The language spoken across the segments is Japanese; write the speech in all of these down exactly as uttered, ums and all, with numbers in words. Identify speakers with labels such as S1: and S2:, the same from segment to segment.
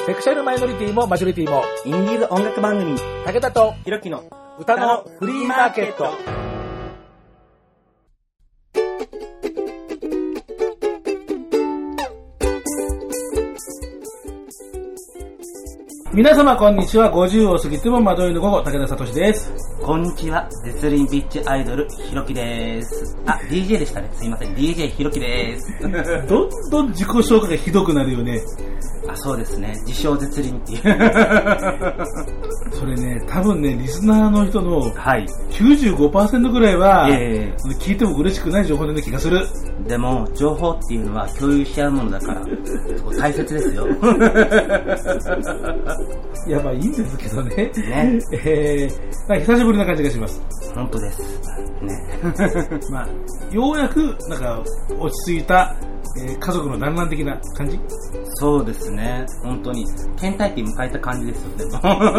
S1: セクシャルマイノリティもマジョリティも
S2: インディーズ音楽番組
S1: 武田と
S2: ひろきの
S1: 歌のフリーマーケット。皆様こんにちは。ごじゅうを過ぎても惑いの午後、武田聡です。
S2: こんにちは、ゼスリンビッチアイドルひろきです。あ、ディージェー でしたね。すいません、 ディージェー ひろきです。
S1: どんどん自己紹介がひどくなるよね。
S2: あ、そうですね、自称ゼスリンっていう
S1: それね、多分ね、リスナーの人の
S2: はい
S1: きゅうじゅうごパーセント ぐらいは、
S2: えー、
S1: 聞いても嬉しくない情報のような気がする。
S2: でも情報っていうのは共有し合うものだから大切ですよ
S1: いや、まあいいんですけどね。
S2: ね
S1: えー、なんか久しぶりな感じがします。
S2: 本当ですね
S1: まあようやくなんか落ち着いた、えー、家族の団らん的な感じ。
S2: そうですね、本当に倦怠期迎えた感じですよね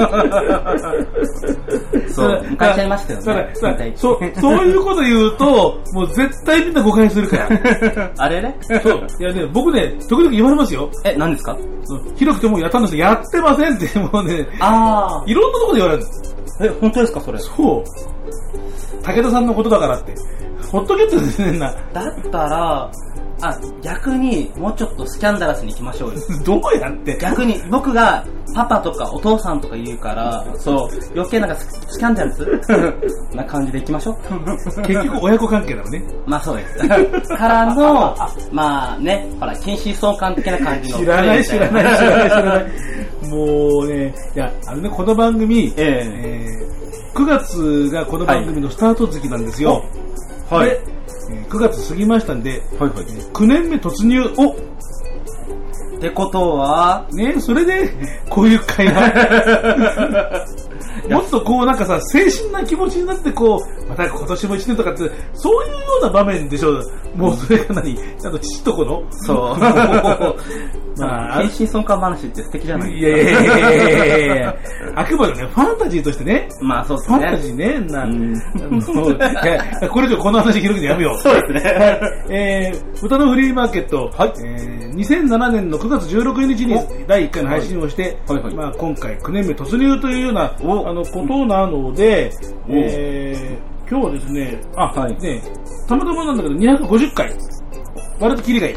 S2: そう迎えちゃいましたよね。倦怠期。
S1: そそういうこと言うともう絶対みんな誤解するから
S2: あれね。
S1: そういやね、僕ね時々言われますよ。
S2: え、何ですか？
S1: 広くてもやったんですよ、やってませんってもうね、
S2: あ
S1: いろんなところで言われるんです。
S2: え、本当ですかそれ？
S1: そう、武田さんのことだからってほっとけってですね。な
S2: だったらあ、逆にもうちょっとスキャンダラスに行きましょうよ
S1: どうやって？
S2: 逆に僕がパパとかお父さんとか言うからそう余計なんかスキャンダラスな感じで行きましょう
S1: 結局親子関係だろうね。
S2: まあそうですからのまあね、ほら近親相関的な感じの
S1: 知らない知らない知らない知らないもうね、いや、あのね、この番組、えーえー、くがつがこの番組のスタート月なんですよ。はい。でくがつ過ぎましたんで、はいはい、きゅうねんめ突入。お
S2: ってことは
S1: ね、それでこういう会話もっとこうなんかさ、精神な気持ちになってこうまた今年もいちねんとかってそういうような場面でしょう。もうそれが何、ちゃんと父と子の
S2: そうまあ近親相関話って素敵じゃない
S1: いやいやいやいやいやいやあくまでねファンタジーとしてね。
S2: まあそうですね、
S1: ファンタジーね。な、うん、いやこれ以上この話広げてやめよう。
S2: そうですね、
S1: えー、歌のフリーマーケット、はい、えー、にせんななねんのくがつじゅうろくにちにだいいっかいの配信をして、はいはいはい、まあ、今回きゅうねんめ突入というようなあのことなので、えー、今日はですね、あ、はい、ね、たまたまなんだけどにひゃくごじゅっかい、割とキリがいい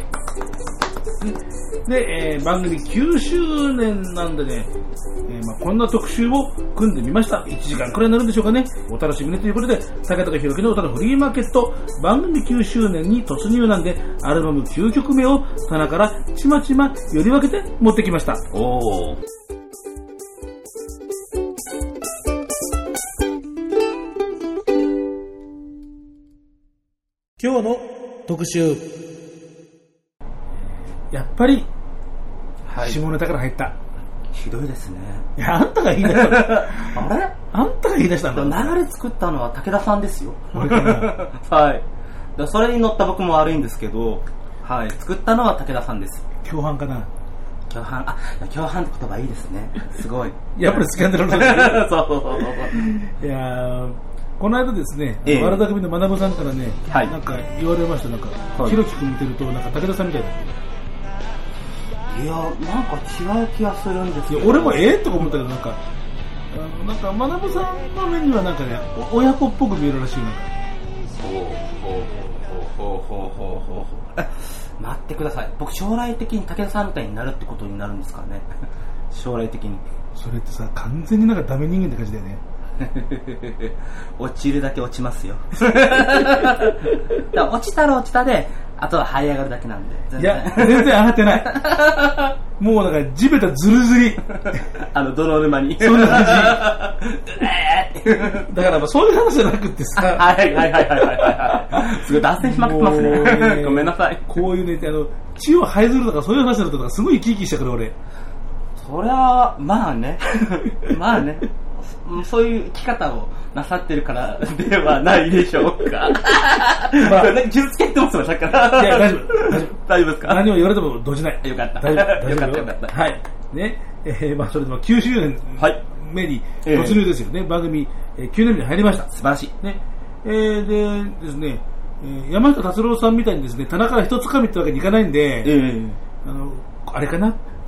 S1: で、えー、番組きゅうしゅうねんなんでね、えーまあ、こんな特集を組んでみました。いちじかんくらいになるんでしょうかね。お楽しみにということで、武田ひろきの歌のフリーマーケット番組きゅうしゅうねんに突入なんで、アルバムきゅうきょくめを棚からちまちまより分けて持ってきました。
S2: おー、
S1: 今日の特集、やっぱり、はい、下ネタから入った。
S2: ひどいですね。
S1: いや、あんたが言い出したの
S2: あれ
S1: あんたが言い出したんだ。
S2: 流れ作ったのは武田さんですよ。俺かなはい。だそれに乗った僕も悪いんですけど、はい、作ったのは武田さんです。
S1: 共犯かな。
S2: 共犯、あ、共犯って言葉いいですね。すごい。
S1: やっぱりスキャンダルなんだ
S2: そうそうそうそう。
S1: いやー、この間ですね、ええ、わらだ組の学さんからね、はい、なんか言われました。なんか、はい、ひろきくん見てるとなんか武田さんみたいだって。
S2: いや、なんか違う気がするんですけど。
S1: いや、俺もええとか思ったけど、なんか、なんか学さんの目にはなんかね、親子っぽく見えるらしい。なんか
S2: ほうほうほうほうほうほうほう。待ってください。僕将来的に武田さんみたいになるってことになるんですかね。将来的に。
S1: それってさ、完全になんかダメ人間って感じだよね。
S2: 落ちるだけ落ちますよだ落ちたら落ちたで、あとは這い上がるだけなんで。
S1: 全然いや、全然上がってないもうだから地べたずるずり
S2: あの泥沼に
S1: そんな感じだからまあそういう話じゃなくってさ
S2: はいはいはいはいはいすごい脱線しまくってますねごめんなさい。
S1: こういうね、あの血を這いずるとかそういう話だとかすごい生き生きしたから俺。
S2: そりゃまあねまあねそういう生き方をなさってるからではないでしょうか。まあ、傷つけてますもん、さっきから。
S1: いや、大丈夫。大丈夫。
S2: 大丈夫ですか？
S1: 何を言われても動じない。
S2: よかった。
S1: 大丈夫。大丈夫。
S2: よかったよかった。
S1: はい。ね。えー、まあ、それでもきゅうしゅうねん目に突入ですよね。えー、番組、えー、きゅうねんめに入りました。
S2: 素晴らしい。
S1: ね。えー、でですね、えー、山下達郎さんみたいにですね、棚から一つかみってわけにいかないんで、えー、あの、あれかな、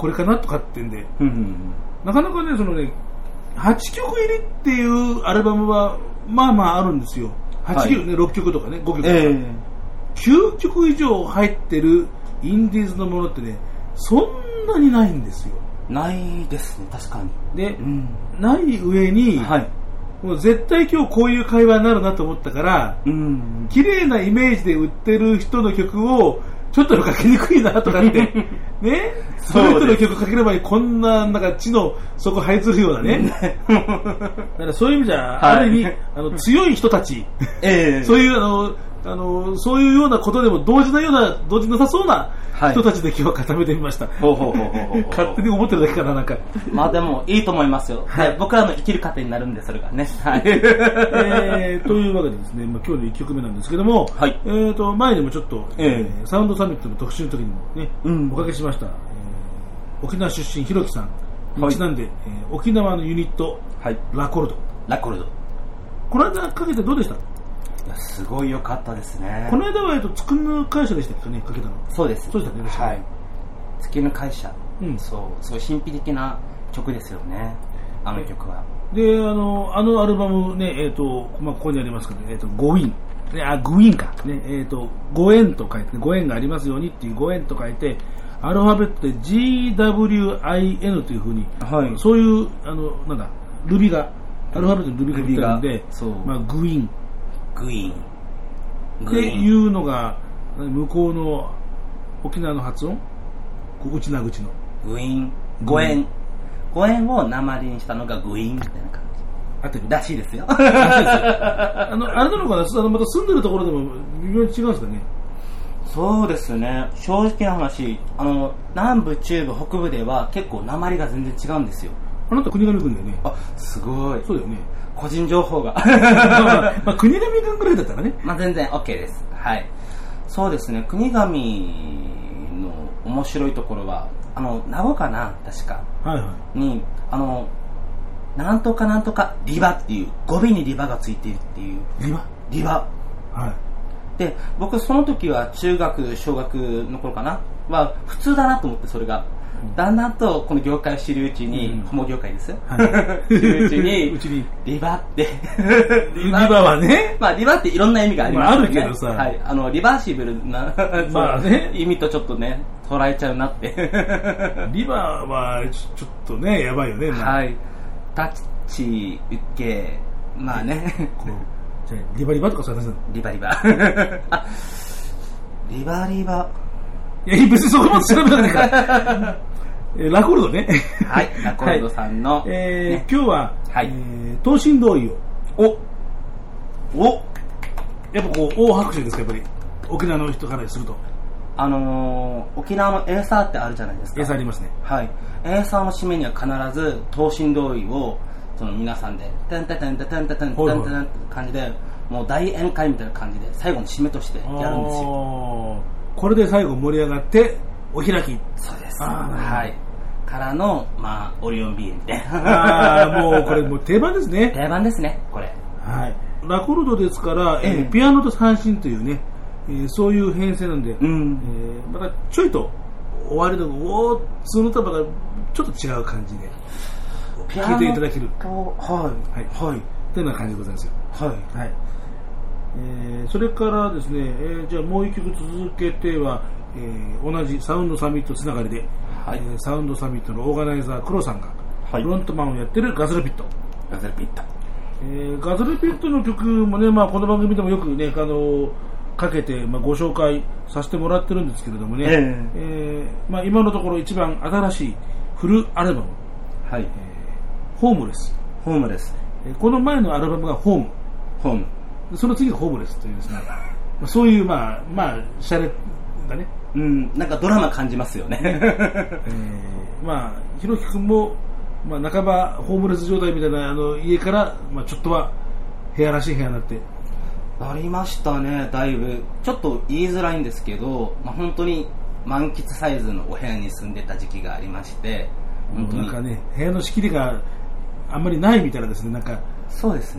S1: これかなとかってんで、
S2: うんうんうん、
S1: なかなかね、そのね、はちきょく入りっていうアルバムは、まあまああるんですよ。はちきょくね、はい、ろっきょくとかね、ごきょくとか。えー、きゅうきょく以上入ってるインディーズのものってね、そんなにないんですよ。
S2: ないですね、確かに。
S1: で、うん、ない上に、はい、もう絶対今日こういう会話になるなと思ったから、うん、綺麗なイメージで売ってる人の曲をちょっと書きにくいなとかってね、その人の曲かける前にこんななんか地の底這いずるようなねだからそういう意味じゃ、はい、ある意味あの強い人たち、えー、そういうあのあのそういうようなことでも動じないような動じなさそうな人たちで今日は固めてみました。勝手に思ってるだけかな、なんか。ま
S2: あでもいいと思いますよ。はい、僕らの生きる糧になるんで、それがね。はい。
S1: えー、というわけでですね、まあ、今日のいっきょくめなんですけども、はい、えーと前にもちょっと、えー、サウンドサミットの特集の時にもね、うん、おかけしました、えー、沖縄出身ひろきさんにちなんで、はい、えー、沖縄のユニット、はい、ラコルド。
S2: ラコルド。
S1: この間かけてどうでした？
S2: いやすごい良かったですね。
S1: この間は、えっと、作る会社でしたっけね、かけたの。
S2: そうです。
S1: そうでしたね、
S2: はい。作る会社、うん、そう、そう神秘的な曲ですよね、あの曲は。
S1: で、あの、あのアルバムね、えっと、まあ、ここにありますけど、えっと、ごイン。ね、あ、グインか。ね、えっと、ご縁と書いて、ご縁がありますようにっていうご縁と書いて、アルファベットで ジーダブリューアイエヌ というふうに、はい、そういう、あの、なんだ、ルビが、アルファベットにルビが出てるんで、そう、まあ、グイン。
S2: グイン。
S1: っていうのが向こうの沖縄の発音、内な口の
S2: グイン、ご縁、ご縁を訛りにしたのがグインみたいな感じ。
S1: あってる
S2: らしいですよ。
S1: らしいですよ。あのあれなのかな、あのまた住んでるところでも微妙に違うんですかね。
S2: そうですね。正直な話、あの南部、中部、北部では結構訛りが全然違うんですよ。
S1: あなた国頭君だよね。
S2: あ、すごい。
S1: そうだよね。
S2: 個人情報が
S1: まあ国頭君ぐらいだったらね、
S2: まあ全然 OK です。はい。そうですね。国頭の面白いところはあの名護かな、確か、はいはい、にあのなんとかなんとかリバっていう語尾にリバがついているっていう。
S1: リバ
S2: リバ。
S1: はい。
S2: で僕その時は中学小学の頃かなは普通だなと思って、それがだんだんとこの業界を知るうちに、うん、ホモ業界ですよ、はい、知るうちにうちにリバって
S1: リバはね、
S2: まあリバっていろんな意味がありますよね、
S1: まあ、あるけどさ、
S2: はい、あのリバーシブルなまあ、ね、意味とちょっとね捉えちゃうなって
S1: リバはちょっとねやばいよね、
S2: まあ、はいタッチ受けまあねこう
S1: じゃあリバリバとかそうですね、
S2: リバリバあリバリバ
S1: いや別にそこまで調べたんだからラコルドね。
S2: はい、ラコルドさんの、はい、
S1: えーね、今日は、はい、えー、等身同意を。おおやっぱこう、大拍手ですか、やっぱり。沖縄の人からすると。
S2: あのー、沖縄のエーサーってあるじゃないですか。
S1: エーサーありますね。
S2: はい。エーサーの締めには必ず、等身同意を、その皆さんで、テンテテンテンテンテンテンテンテンテンって感じで、もう大宴会みたいな感じで、最後の締めとしてやるんですよ。
S1: これで最後盛り上がって、お開き。
S2: そうです。はい。からの、まあ、オリオンビールみたいな。
S1: ああ、もうこれもう定番ですね。
S2: 定番ですね、これ。
S1: はい。ラコルドですから、えー、ピアノと三振というね、えー、そういう編成なんで、うん、えー、またちょいと終わりのおーっつのとまたちょっと違う感じで聴いていただける。
S2: はいはいはい。
S1: というような感じでございますよ。
S2: はいはい。
S1: えー、それからですね、えー、じゃあもう一曲続けては、えー、同じサウンドサミットつながりで、はい、えー、サウンドサミットのオーガナイザー黒さんが、はい、フロントマンをやってるガズルピット。
S2: ガズルピット。
S1: えー、ガズルピットの曲もね、まあ、この番組でもよくね、あのー、かけて、まあ、ご紹介させてもらってるんですけれどもね、えーえーまあ、今のところ一番新しいフルアルバム、はい、えー、ホームレス。
S2: ホームレス。
S1: えー、この前のアルバムがホーム。
S2: ホーム。
S1: その次がホームレスというですね、そういう、まあ、まあ、シャレだね。
S2: うん、なんかドラマ感じますよね。
S1: えー、まあ、ひろきくんも、まあ、半ばホームレス状態みたいなあの家から、まあ、ちょっとは部屋らしい部屋になって。
S2: なりましたね、だいぶ。ちょっと言いづらいんですけど、まあ、本当に満喫サイズのお部屋に住んでた時期がありまして、
S1: 本当になんかね、部屋の仕切りがあんまりないみたいなですね、なんか。
S2: そうですね。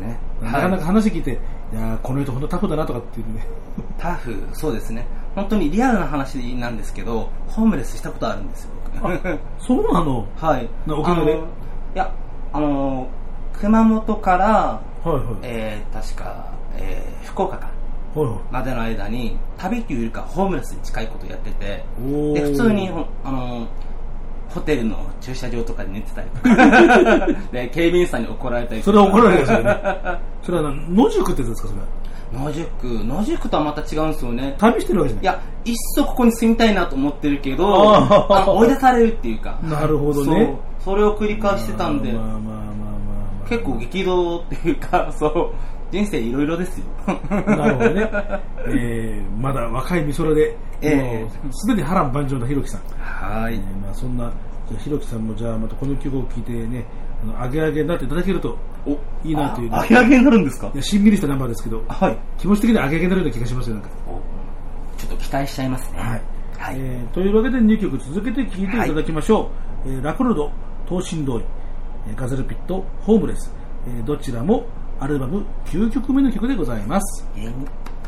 S1: なかなか話聞いて、いやこの人本当タフだなとかっていうね。
S2: タフ、そうですね。本当にリアルな話なんですけど、ホームレスしたことあるんですよ。
S1: そうなの？
S2: はい。
S1: 沖縄で？い
S2: や、あの熊本から、
S1: はいはい、
S2: えー、確か、えー、福岡か、
S1: はいはい、
S2: までの間に旅っていうよりかホームレスに近いことをやってて、で普通にあのホテルの駐車場とかで寝てたりとかで警備員さんに怒られたりとか。
S1: それは怒られるんですよね。それは野宿ってやつですか？それ
S2: 野宿野宿とはまた違うんですよね。
S1: 旅してるわけじゃない。
S2: いや、いっそここに住みたいなと思ってるけど、あの追い出されるっていうか。
S1: なるほどね。
S2: そう、それを繰り返してたんで、
S1: まあまあまあまあまあ、
S2: 結構激動っていうか、そう人生いろいろですよ。
S1: なるほどね。えー、まだ若い美空で、えー、すでに波乱万丈なひろきさん。
S2: はい。
S1: えー、まあそんなじゃひろきさんもじゃあまたこの曲を聴いてね、あのアゲアゲになっていただけるといいなという。
S2: アゲアゲになるんですか？
S1: いや、しんみりしたナンバーですけど、
S2: はい。
S1: 気持ち的にアゲアゲになるような気がしますよなんか。
S2: ちょっと期待しちゃいますね。
S1: はい。
S2: はい、
S1: えー、というわけでにきょく続けて聴いていただきましょう。はい、えー、ラクルド、東進同意、ガゼルピット、ホームレス、えー、どちらもアルバムきゅうきょくめの曲でございます。えー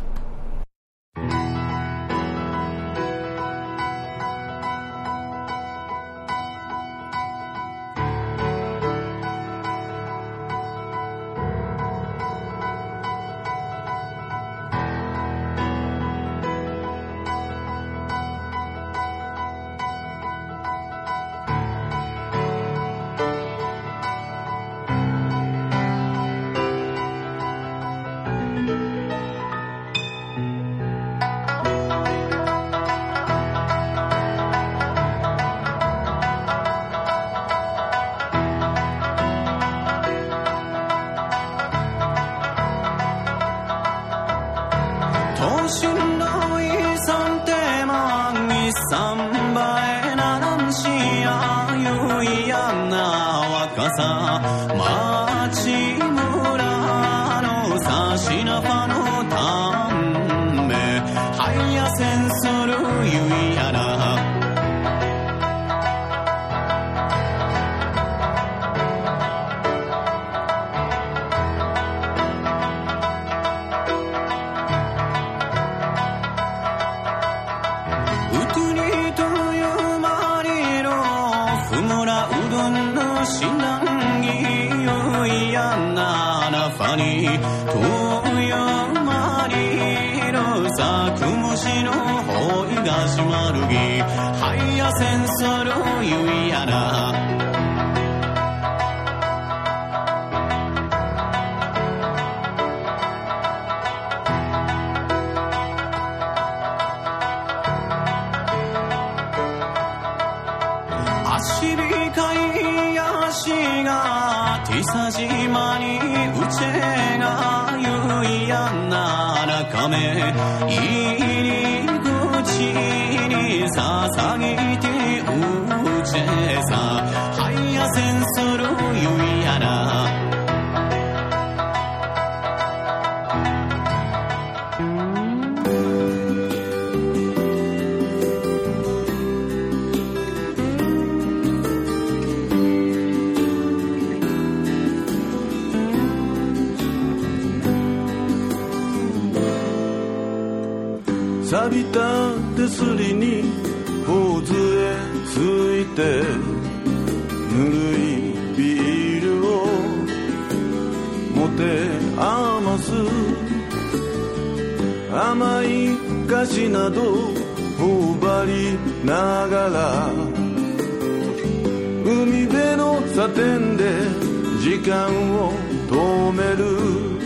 S3: 錆びた手すりに頬杖ついてぬるいビールを持て余す甘い菓子など頬張りながら海辺のサテンで時間を止める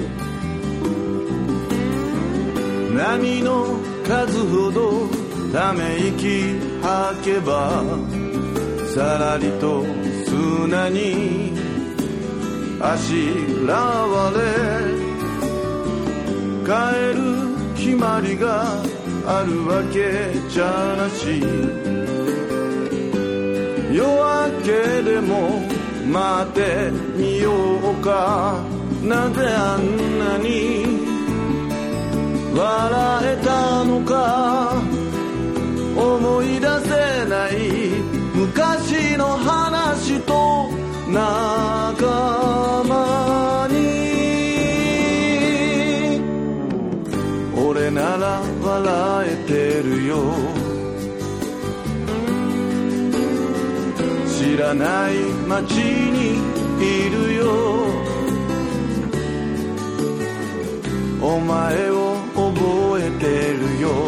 S3: 波の数ほどため息吐けばさらりと砂にあしらわれ帰る決まりがあるわけじゃなし夜明けでも待ってみようかなぜあんなに笑えたのか思い出せない昔の話と仲間によ知らない街にいるよお前を覚えてるよ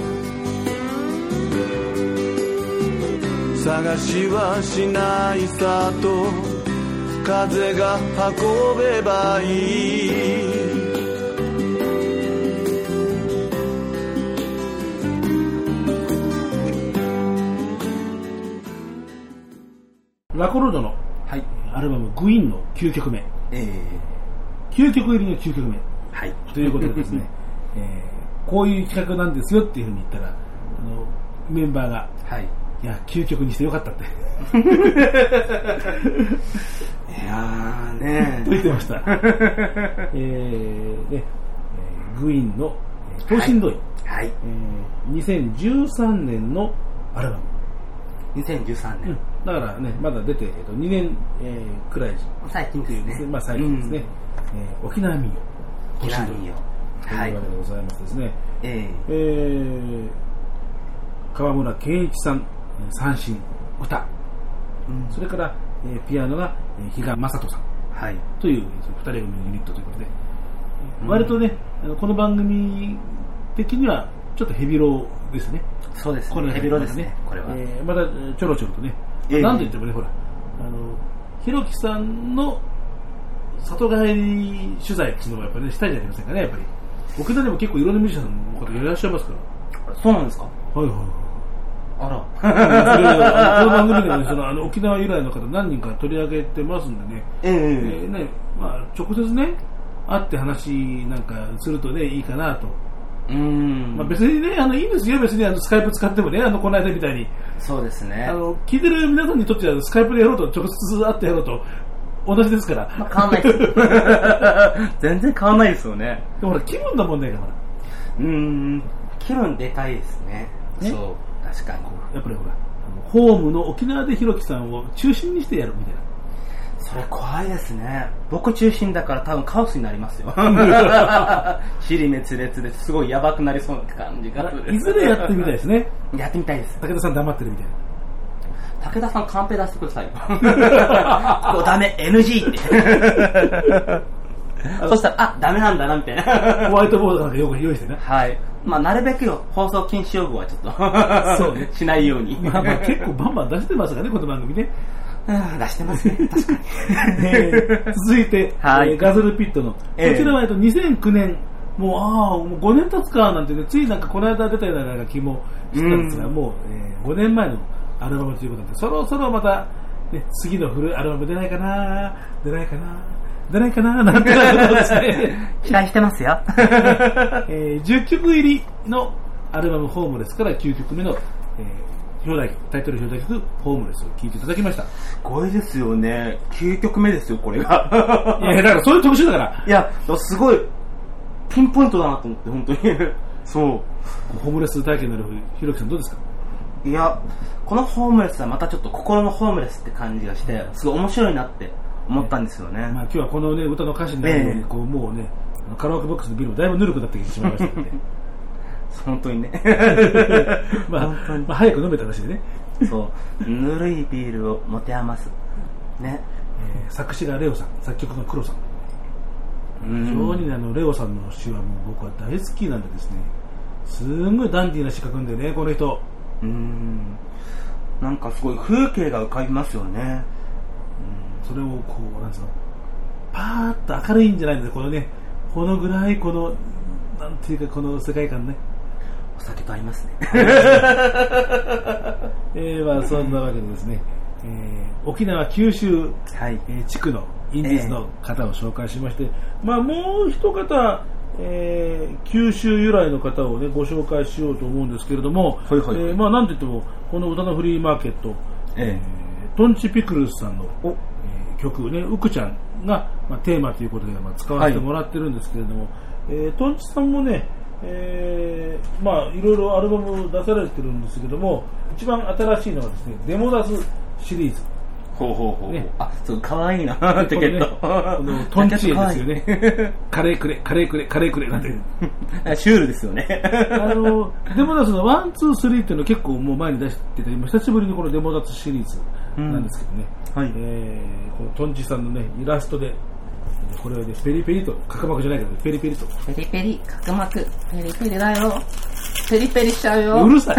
S3: 探しはしないさと風が運べばいい
S1: ラコルードの、はい、アルバムグイーンのきゅうきょくめ、えー、きゅうきょく入りのきゅうきょくめ、はい、ということでですね、えー、こういう企画なんですよっていうふうに言ったらあのメンバーが、はい、いやきゅうきょくにしてよかったってい
S2: やーね
S1: と言ってました、えーね、グイーンの等身同意、はいはいえー、にせんじゅうさんねんのアルバム
S2: にせんじゅうさんねん、うん、
S1: だからねまだ出て、えー、とにねん、えー、くらい
S2: 最近ですね、
S1: まあ、最近ですね、うんえー、沖縄民謡
S2: 沖縄民謡
S1: というわけでございますですね、はいえーえー、川村健一さん三振歌、うん、それから、えー、ピアノが、えー、比嘉正人さん、はい、というふたり組のユニットということで、うん、割とねこの番組的にはちょっとヘビローですね。
S2: そうですね。ヘビローですね。これは。
S1: えー、またちょろちょろとね。えー、なんと言ってもね、ほら、あのひろきさんの里帰り取材っていうのもやっぱりねしたいじゃありませんかね。やっぱり沖縄でも結構いろんなミュージシャンの方いらっしゃいますから。
S2: そうなんですか。
S1: はいはいはい。
S2: あら。
S1: それこの番組でも、ね、そのあの沖縄由来の方何人か取り上げてますんでね。えー、えー、ね、まあ直接ね会って話なんかするとねいいかなと。うんまあ、別にねあのいいんですよ別にあのスカイプ使ってもねあのこの間みたいに
S2: そうですね
S1: あの聞いてる皆さんにとってはスカイプでやろうと直接会ってやろうと同じですから、
S2: まあ、変わんないです全然変わんないですよね
S1: でもほら気分の問題がほら
S2: うん気分でかいです ね, ねそう確かに
S1: やっぱりほらホームの沖縄でひろきさんを中心にしてやるみたいな
S2: それ怖いですね僕中心だから多分カオスになりますよ尻滅裂ですごいヤバくなりそうな感じが
S1: いずれやってみたいですね
S2: やってみたいです
S1: 武田さん黙ってるみたい
S2: な武田さんカンペ出してくださいここダメ エヌジー ってそしたらあダメなんだなみたいな
S1: ホワイトボードなんかよく用意してね
S2: はいまあなるべく放送禁止用語はちょっとそう、ね、しないように
S1: まあまあ結構バンバン出してますからねこの番組ね
S2: 出してますね確かに、
S1: えー、続いて、はいえー、ガズルピットのこちらは、えー、とにせんきゅうねんもうああもうごねん経つかなんてねついなんかこの間出たような気もしたんですがもう、えー、ごねんまえのアルバムということでそろそろまた、ね、次の古いアルバム出ないかな出ないかな出ないかななんてことですね
S2: 期待してますよ、
S1: えー、じゅっきょく入りのアルバムホームレスからきゅうきょくめの、えー表題曲タイトル表題曲ホームレスを聴いていただきました
S2: すごいですよねきゅうきょくめですよこれが
S1: いやだからそういう特集だから
S2: いやすごいピンポイントだなと思って本当にそう
S1: ホームレス体験のあるひろきさんどうですか
S2: いやこのホームレスはまたちょっと心のホームレスって感じがしてすごい面白いなって思ったんですよね、
S1: ねまあ、今日はこの、ね、歌の歌詞になるように、えー、こうもうねカラオケボックスのビルもだいぶぬるくなってきてしまいましたので
S2: 本当にね
S1: まあ、まあ早く飲めたらしいね
S2: そうぬるいビールを持て余すね、
S1: えー、作詞がレオさん作曲が黒さん非常に、ね、あのレオさんの詩はもう僕は大好きなんでですねすんごいダンディーな詩書くんでねこの人
S2: うーんなんかすごい風景が浮かびますよね
S1: うんそれをこうなんですかパーッと明るいんじゃないんですこのねこのぐらいこのなんていうかこの世界観ね
S2: お酒とありますね
S1: えー、まあそんなわけでですね、えー、沖縄九州、はいえー、地区のインディーズの方を紹介しまして、えー、まあもう一方、えー、九州由来の方をねご紹介しようと思うんですけれども、はいはいえー、まあなんといってもこの歌のフリーマーケット、えー、トンチピクルスさんの、えー、曲ねウクちゃんが、まあ、テーマということで、まあ、使わせてもらってるんですけれども、はいえー、トンチさんもねえー、まあいろいろアルバム出されてるんですけども一番新しいのはですねデモダスシリーズ、
S2: ほうほうほう、ね、あ、そう、かわいいなジャケット、
S1: このトンチエですよねカレーくれカレーくれカレーくれなんて
S2: シュールですよね
S1: あのデモダツのワンツースリーっていうのは結構もう前に出してて、今久しぶりにこのデモダツシリーズなんですけどね、うん、はい、えー、このトンチさんのねイラストでこれはねペリペリと角膜じゃないけど、ね、ペリペリと
S2: ペリペリ角膜ペリペリだよ、ペリペリしちゃうよ、
S1: うるさい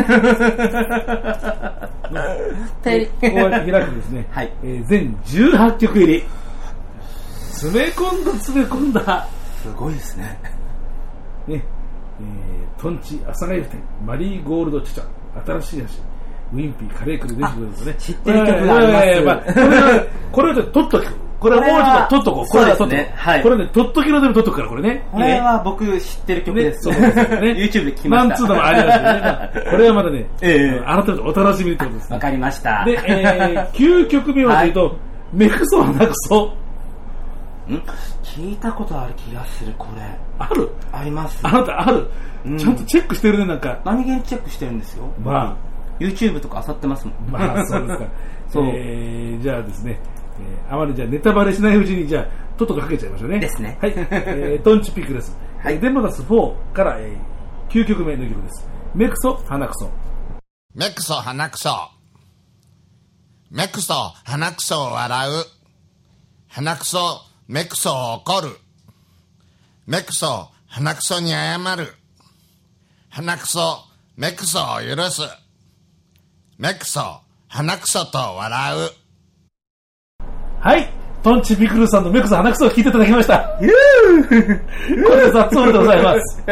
S2: ペリ
S1: こうやって開くんですね、
S2: はい、
S1: えー、全じゅうはちきょく入り、詰め込んだ詰め込んだ、
S2: すごいですね
S1: ね、えー、トンチ阿佐ヶ谷店マリーゴールドチャチャ新しい橋ウィンピーカレークルで
S2: す
S1: ね、
S2: 知ってる曲があります。
S1: これはこれは取っとく。これはもうちょっと取っとこう。これは取っとこう。はい。これね取っときのでも取っとくからこれね。
S2: これは僕知ってる曲です。
S1: そうですね。
S2: YouTube で聞きました。
S1: なんつうのもありますよね。これはまだね、改めてお楽しみってことですね。
S2: わかりました。
S1: で、えー、きゅうきょくめはというとメクソはなくそ。
S2: ん？聞いたことある気がするこれ。
S1: ある？
S2: あります。
S1: あなたある？ちゃんとチェックしてるねなんか。
S2: 何気にチェックしてるんですよ。
S1: まあ。
S2: YouTube とか漁ってますもん。
S1: まあそうですか。そう、えー、じゃあですね、えー、あまりじゃあネタバレしないうちにじゃあとっととかけちゃいましょうね。
S2: ですね。
S1: はい。えー、トンチピクです。はい。デモダスフォーから、えー、きゅうきょくめの曲です。メクソ鼻クソ。
S4: メクソ鼻クソ。メクソ鼻クソを笑う。鼻クソメクソを怒る。メクソ鼻クソに謝る。鼻クソメクソを許す。メクソ鼻クソと笑う。
S1: はい、トンチピクルさんのメクソ鼻クソを聞いていただきました。これで雑音でございます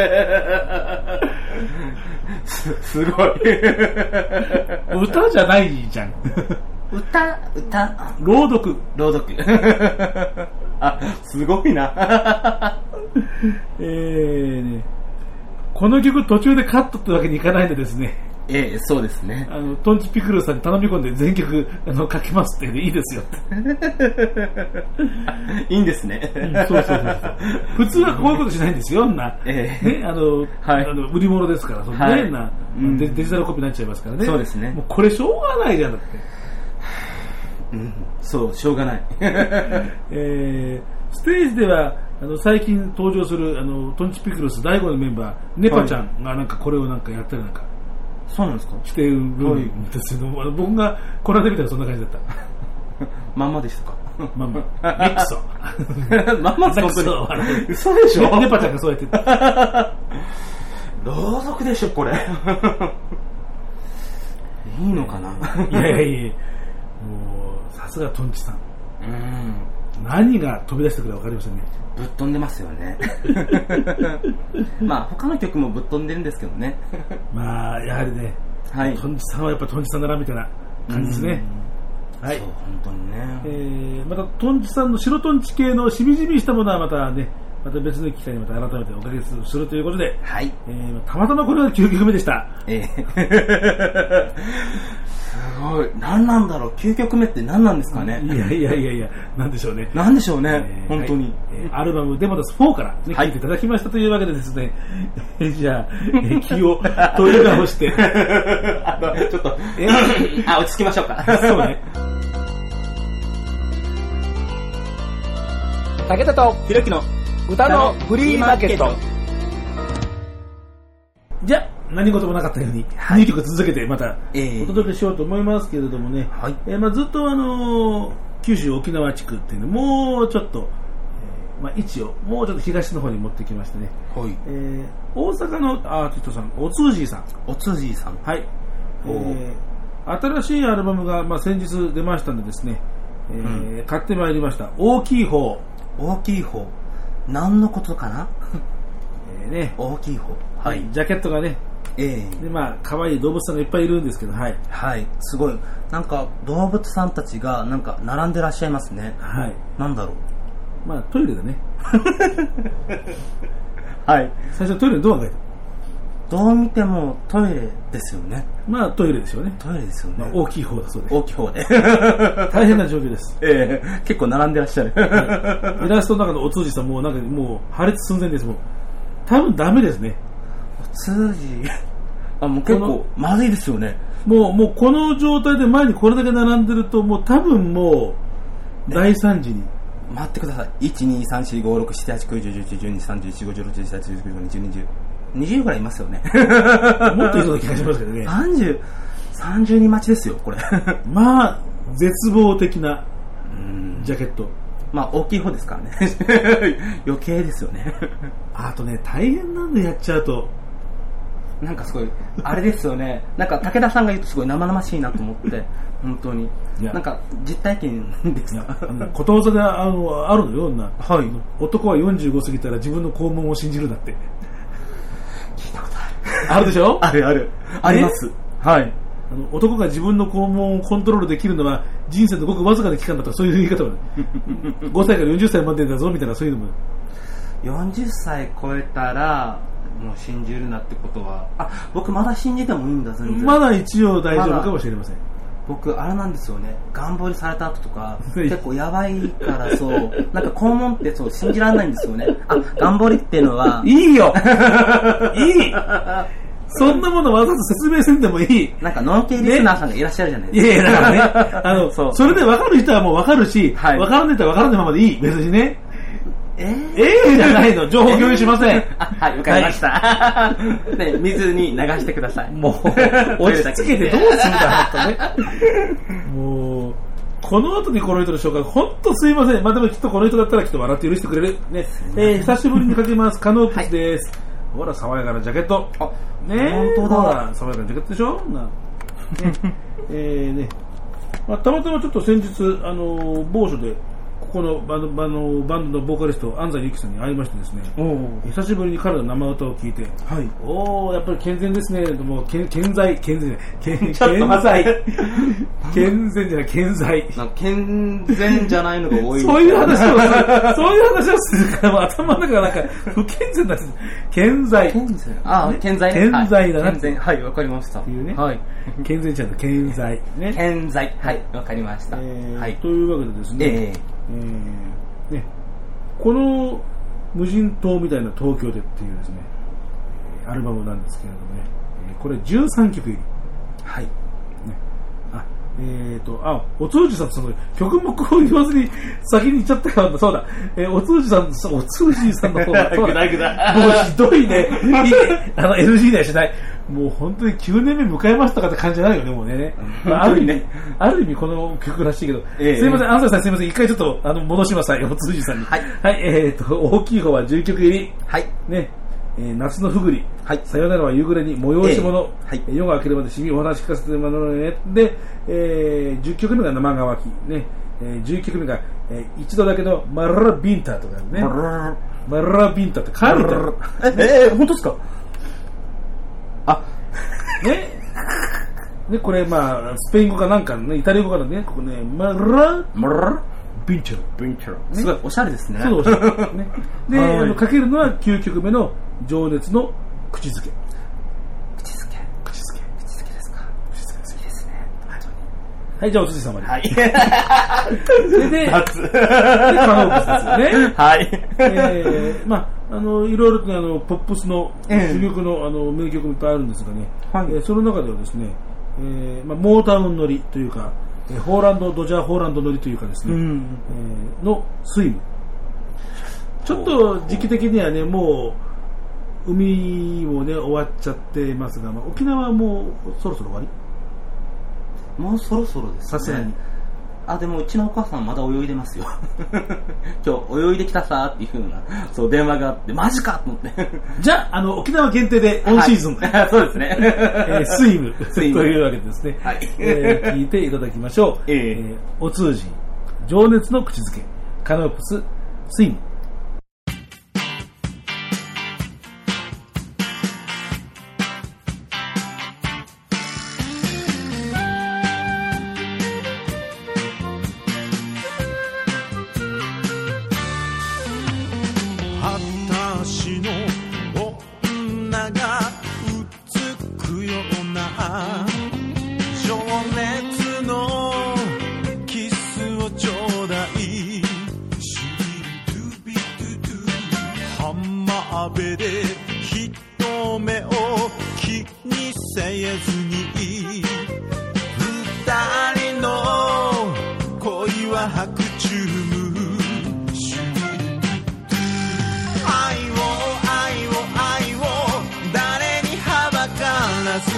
S2: す, すごい
S1: 歌じゃないじゃん
S2: 歌歌
S1: 朗読
S2: 朗読あ、すごいな
S1: えーね、この曲途中でカットってわけにいかないんでですね、
S2: ええ、そうですね。
S1: あのトンチピクルさんに頼み込んで全曲あの書きますっていいですよ
S2: いいんですね、
S1: うん、そうそうそうそう普通はこういうことしないんですよな、
S2: ええ、
S1: ね、あの、はい、あの売り物ですからその、ね、はい、な、うん、デ, デジタルコピーになっちゃいますからね。
S2: そうですね。
S1: もうこれしょうがないじゃんだって、
S2: うん、そうしょうがない、
S1: えー、ステージではあの最近登場するあのトンチピクルスだいごのメンバーネパちゃんがなんかこれをなんかやったりなんか、
S2: そうなんですか、
S1: してるんですけど、はい、僕がこの間見たらそんな感じだった
S2: まんまでしたか
S1: まんまメクソ
S2: まんまです本当に嘘でしょ。
S1: ネパちゃんがそうやってた
S2: 朗読でしょこれいいのかな。
S1: いやいやいや、もうさすがトンチさん、うん、何が飛び出してくるか分かりませんね。
S2: ぶっ飛んでますよねまあ他の曲もぶっ飛んでるんですけどね
S1: まあやはりね、はい、トンチさんはやっぱトンチさんだなみたいな感じですね。はい、そう
S2: 本当にね、
S1: えー、またトンチさんの白トンチ系のしみじみしたものはまたね、また別の機会にまた改めておかけするということで、
S2: はい、
S1: えー、たまたまこれがきゅうきょくめでした。え
S2: ーすごい。何なんだろう、きゅうきょくめって何なんですかね。
S1: いやいやいやいや、なんでしょうね。
S2: なんでしょうね、えー、本当に、
S1: はいえー、アルバムデモダスフォーから、ね、はい、聴いていただきましたというわけでですね、じゃあ、えー、気を取り直して
S2: あのちょっとえあ落ち着きましょうか。
S1: そうね。
S2: 武田とひろきの歌のフリーマーケット。
S1: じゃあ何事もなかったように、はい、にきょく続けてまたお届けしようと思いますけれどもね、はい、えーまあ、ずっと、あのー、九州沖縄地区っていうのもうちょっと、えーまあ、位置をもうちょっと東の方に持ってきましてね、はい、えー、大阪のアーティストさんおつじいさん
S2: おつじいさん、
S1: はい、えー、新しいアルバムが、まあ、先日出ましたのでですね、えーうん、買ってまいりました。大きい方
S2: 大きい方何のことかな
S1: えーね、
S2: 大きい方、
S1: はい、ジャケットがね、えー、でまあ可愛い動物さんがいっぱいいるんですけど、はい、
S2: はい、すごいなんか動物さんたちがなんか並んでらっしゃいますね。はい、なんだろ
S1: う、まあトイレだね
S2: はい、
S1: 最初トイレのドアが開い
S2: た。どう見てもトイレですよね。
S1: まあトイレですよね。
S2: トイレですよね、
S1: まあ、大きい方だそうです。
S2: 大きい方で
S1: 大変な状況です、
S2: えー、結構並んでらっしゃる、
S1: はい、イラストの中のお通じさんもうなんかもう破裂寸前です。もう多分ダメですね。
S2: お通じあもう結構まずいですよね。
S1: もう、もうこの状態で前にこれだけ並んでると、もう多分もう、大惨事に。
S2: 待ってください。いち、に、さん、よん、ご、ろく、なな、はち、きゅう、じゅう、じゅういち、じゅうに、さんじゅういち、ご、じゅうろく、じゅうなな、じゅうはち、じゅうきゅう、にじゅう、にじゅう、にじゅうぐらいいますよね。
S1: もっといそうな気がしますけどね。
S2: さんじゅう、さんじゅうに待ちですよ、これ。
S1: まあ、絶望的なジャケット。
S2: まあ、大きい方ですからね。余計ですよね。
S1: あとね、大変なんでやっちゃうと。
S2: なんかすごい、あれですよね。なんか武田さんが言うとすごい生々しいなと思って、本当に。なんか実体験ですよ。
S1: ことわざであのあるのよ、な。
S2: はい。
S1: 男はよんじゅうご過ぎたら自分の肛門を信じるなって。
S2: 聞いたことある。
S1: あるでしょ？
S2: あるある。あります。はい。
S1: あの男が自分の肛門をコントロールできるのは人生のごくわずかな期間だったらそういう言い方もごさいからよんじゅっさいまでだぞみたいなそういうのも
S2: よんじゅっさい超えたらもう信じるなってことはあ僕まだ信じてもいいんだ全然
S1: まだ一応大丈夫かもしれません、ま、
S2: 僕あれなんですよね願望にされた後とか結構やばいからそうなんか肛門ってそう信じられないんですよねあ願望りっていうのはい
S1: いよいいそんなものわざと説明せんでもいい。
S2: なんかノンケリスナーさんがいらっしゃるじゃないですか。
S1: いやいや、だからね、あの、そ, それで分かる人はもう分かるし、はい、分からない人は分からないままでいい。別にね。えー、えー、じゃないの。情報共有しません。
S2: あはい、わかりました。はい、ね、水に流してください。
S1: もう、落ち着けてどうするんだ、とね。もう、この後にこの人の紹介、ほんとすいません。まあ、でもきっとこの人だったらきっと笑って許してくれる。ね。えー、久しぶりにかけます。カノープスです。はいほら爽やかなジャケット。
S2: あ、
S1: ねえ、本当だ。爽やかなジャケットでしょ。な、ね、えーね、まあたまたまちょっと先日あの某所でここのバンドバンドバンドのボーカリスト安西由紀さんに会いましてですね。久しぶりに彼の生歌を聞いて、はい、おおやっぱり健全ですね。もう健健在健全健健在健全じゃない健在
S2: 健全じゃないのが多い。
S1: そういう話をするそういう話をするからもう頭の中がなんか不健全な健在
S2: 健全あ健在
S1: ね健在だな
S2: 健全はいわかりました。
S1: っていうね
S2: はい
S1: 健全ちゃんの健在ね
S2: 健在はいわかりました。はい
S1: というわけでですね。えーえー、ねこの無人島みたいな東京でっていうですねアルバムなんですけれどもねこれじゅうさんきょく入り
S2: はい、ね、
S1: あえーとあおつうじさんその曲目を言わずに先に言っちゃったからそうだ、えー、おつうじさんおつうじさんの方が
S2: ぐだぐだ
S1: もうひどいねいいねあの エヌジー ではしないもう本当にきゅうねんめ迎えましたかって感じじゃないよねもうね、まあ、ある意味ある意味この曲らしいけど、えー、すいません安西さんすいません一回ちょっとあの戻しますおつうじさんにはい、はい、えーと大きい方はじゅうきょく入り
S2: はい
S1: ねえー、夏のふぐり、
S2: はい、
S1: さよならは夕暮れに催し物、
S2: えーはい、
S1: 夜が明けるまでしみお話聞かせてもらうねで、えー、じゅっきょくめが生乾き、ねえー、じゅういっきょくめが、えー、一度だけのマララビンタとかねマララビンタって書いてある
S2: ええー、本当ですかあ
S1: ねねこれまあスペイン語かなんかねイタリア語かねここねマラ
S2: マラ
S1: ビンチョロ
S2: ビンチョロ、ね、すごいおしゃれですね。
S1: そうおしゃれですね。で、あのかけるのはきゅうきょくめの情熱の口づけ。
S2: 口づけ
S1: 口づけ
S2: 口づけですか。
S1: 口づけです。
S2: いいですね。
S1: はいじゃあお辻様に。
S2: はい。
S1: ででカノープスですよね。
S2: はい。
S1: えー、まああのいろいろとあのポップスの主力のあの名曲もいっぱいあるんですがね。はい。えー、その中ではですね、えー、まあモータウン乗りというか。ホーランドドジャーホーランド乗りというかですね、うんえー、のスイムちょっと時期的にはねもう海もね終わっちゃってますが、まあ、沖縄はもうそろそろ終わ
S2: りもうそろそろですね
S1: さすがに
S2: あでもうちのお母さんまだ泳いでますよ今日泳いできたさっていう風なそう電話があってマジかと思って
S1: じゃあ、あの沖縄限定でオンシーズン、
S2: はい、そうですね、
S1: えー、スイム
S2: スイム
S1: というわけでですね、
S2: はい
S1: えー、聞いていただきましょう、えーえー、お通じ情熱の口づけカノープススイム
S3: 私の女がうつくような情熱のキスをちょうだい浜辺で人目を気にせずには白昼夢愛を愛を愛を誰にはばからず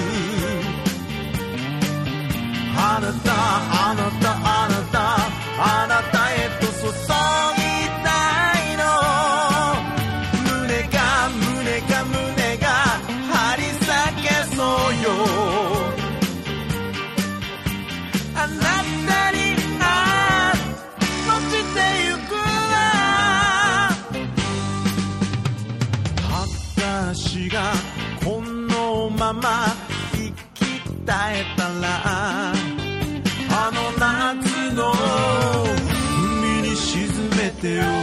S3: あなたあなたあなたあなたへと注ぎたいの胸が胸が胸が張り裂けそうよあなたにあ落ちてゆくわ私がこのまま生き絶えたらあの夏の海に沈めてよ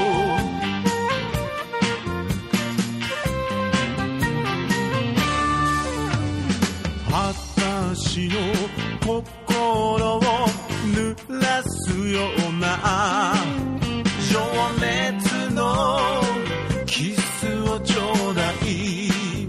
S3: 私の心を濡らすような情熱のキスをちょうだい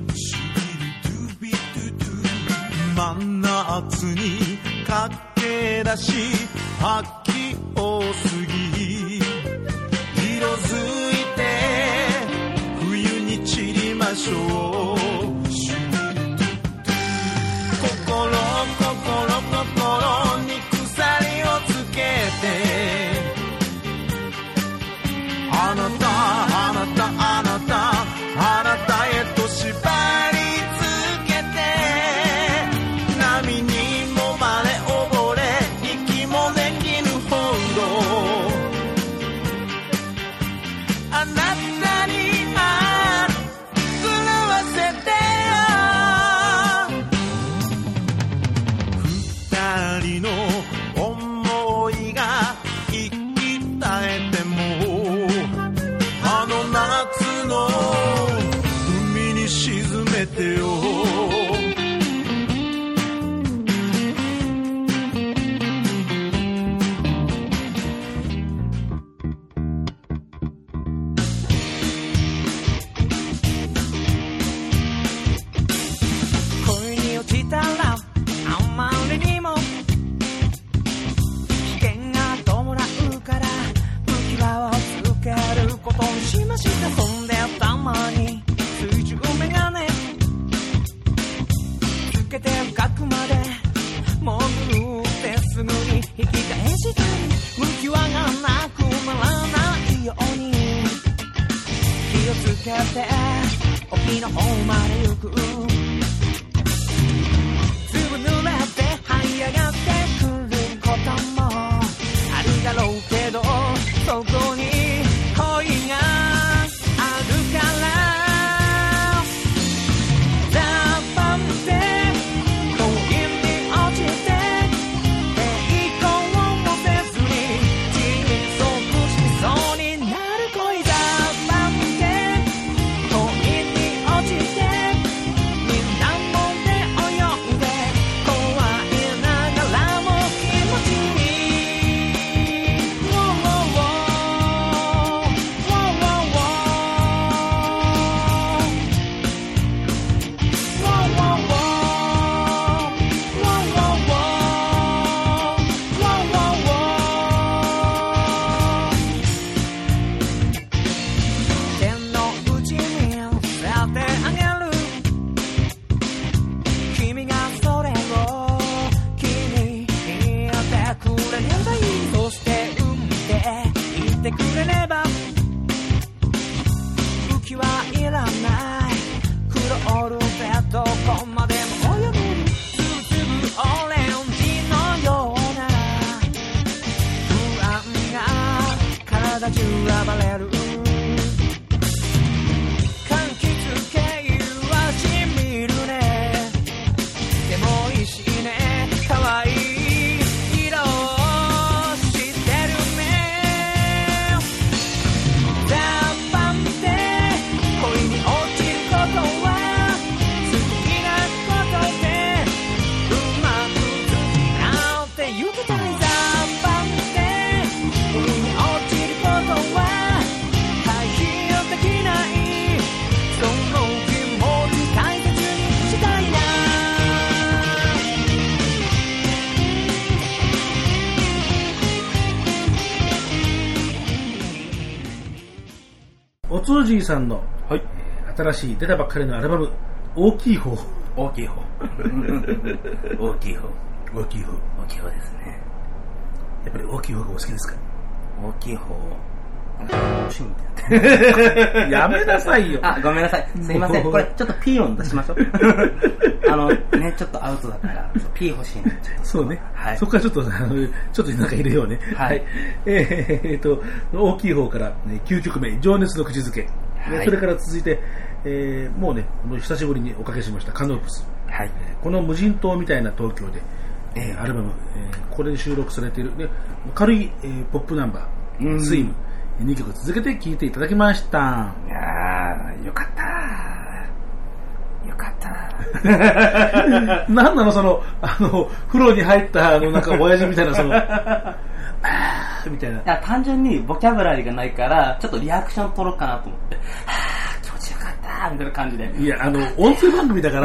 S3: 真夏に駆け出し秋を過ぎ色づいて冬に散りましょう心心心に鎖をつけてあなたあなたあなたあなたへと縛りつけて波にもまれ溺れ息もできぬほどあなたにあ狂わせて二人の思いが生き絶えてもあの夏の海に沈めてよ
S5: 恋に落ちたらあまりにも危険が伴うから浮き輪をつけることにしました。そんでたまに水中メガネつけて深くまで潜ってすぐに引き返したり浮き輪がなくならないように気をつけて沖の方まで行くずぶ濡れて這い上がってくることもあるだろうけどそこに恋があるからザバンって恋に落ちて抵抗もせずに窒息しそうになる恋ザバンって恋に落ちてみんなもで泳いで怖いながらも気持ちいい Wow wow wow Wow wow wow Wow wow wow Wow wow wow Wow wow wow 手の内に寄せてあげる君がそれを気に入ってくれればいいそして産んでいてくれれば浮きはいらない黒オルフェどこまでも泳ぐつぶつぶオレンジのような不安が体中暴れる柑橘系はしみるねでもいいしね可愛い色をしてるねザバンって恋に落ちることは好きなことでうまく付き合ってゆきたいザバンって恋に落ちることは
S1: 突じいさんの、
S2: はい、
S1: 新しい出たばっかりのアルバム、大きい方。
S2: 大きい方。大きい方。
S1: 大きい方。
S2: 大きい方ですね。
S1: やっぱり大きい方がお好きですか？
S2: 大きい方。欲しいみたいな。
S1: やめなさいよ。
S2: あ、ごめんなさい。すいません。これちょっと P 音出しましょう。あのね、ちょっとアウトだから P 欲しいな。
S1: そうね。
S2: はい。
S1: そこからちょっとあのちょっとなんか入れようね。
S2: はい。はい、
S1: えー、っと大きい方から、ね、きゅうきょくめ情熱の口づけ。はい、それから続いて、えー、もうねもう久しぶりにおかけしましたカノープス。
S2: はい。
S1: この無人島みたいな東京で、えー、アルバム、えー、これで収録されている、ね、軽い、えー、ポップナンバー、スイム。にきょく続けて聴いていただきました。い
S2: やー、よかったー。よかった
S1: ー。なんなのその、あの、風呂に入った、あの、なんか親父みたいな、その、あーみたいな。い
S2: や、単純にボキャブラリーがないから、ちょっとリアクション取ろうかなと思って、はー、気持ちよかったー、みたいな感じで。
S1: いや、あの、音声番組だから、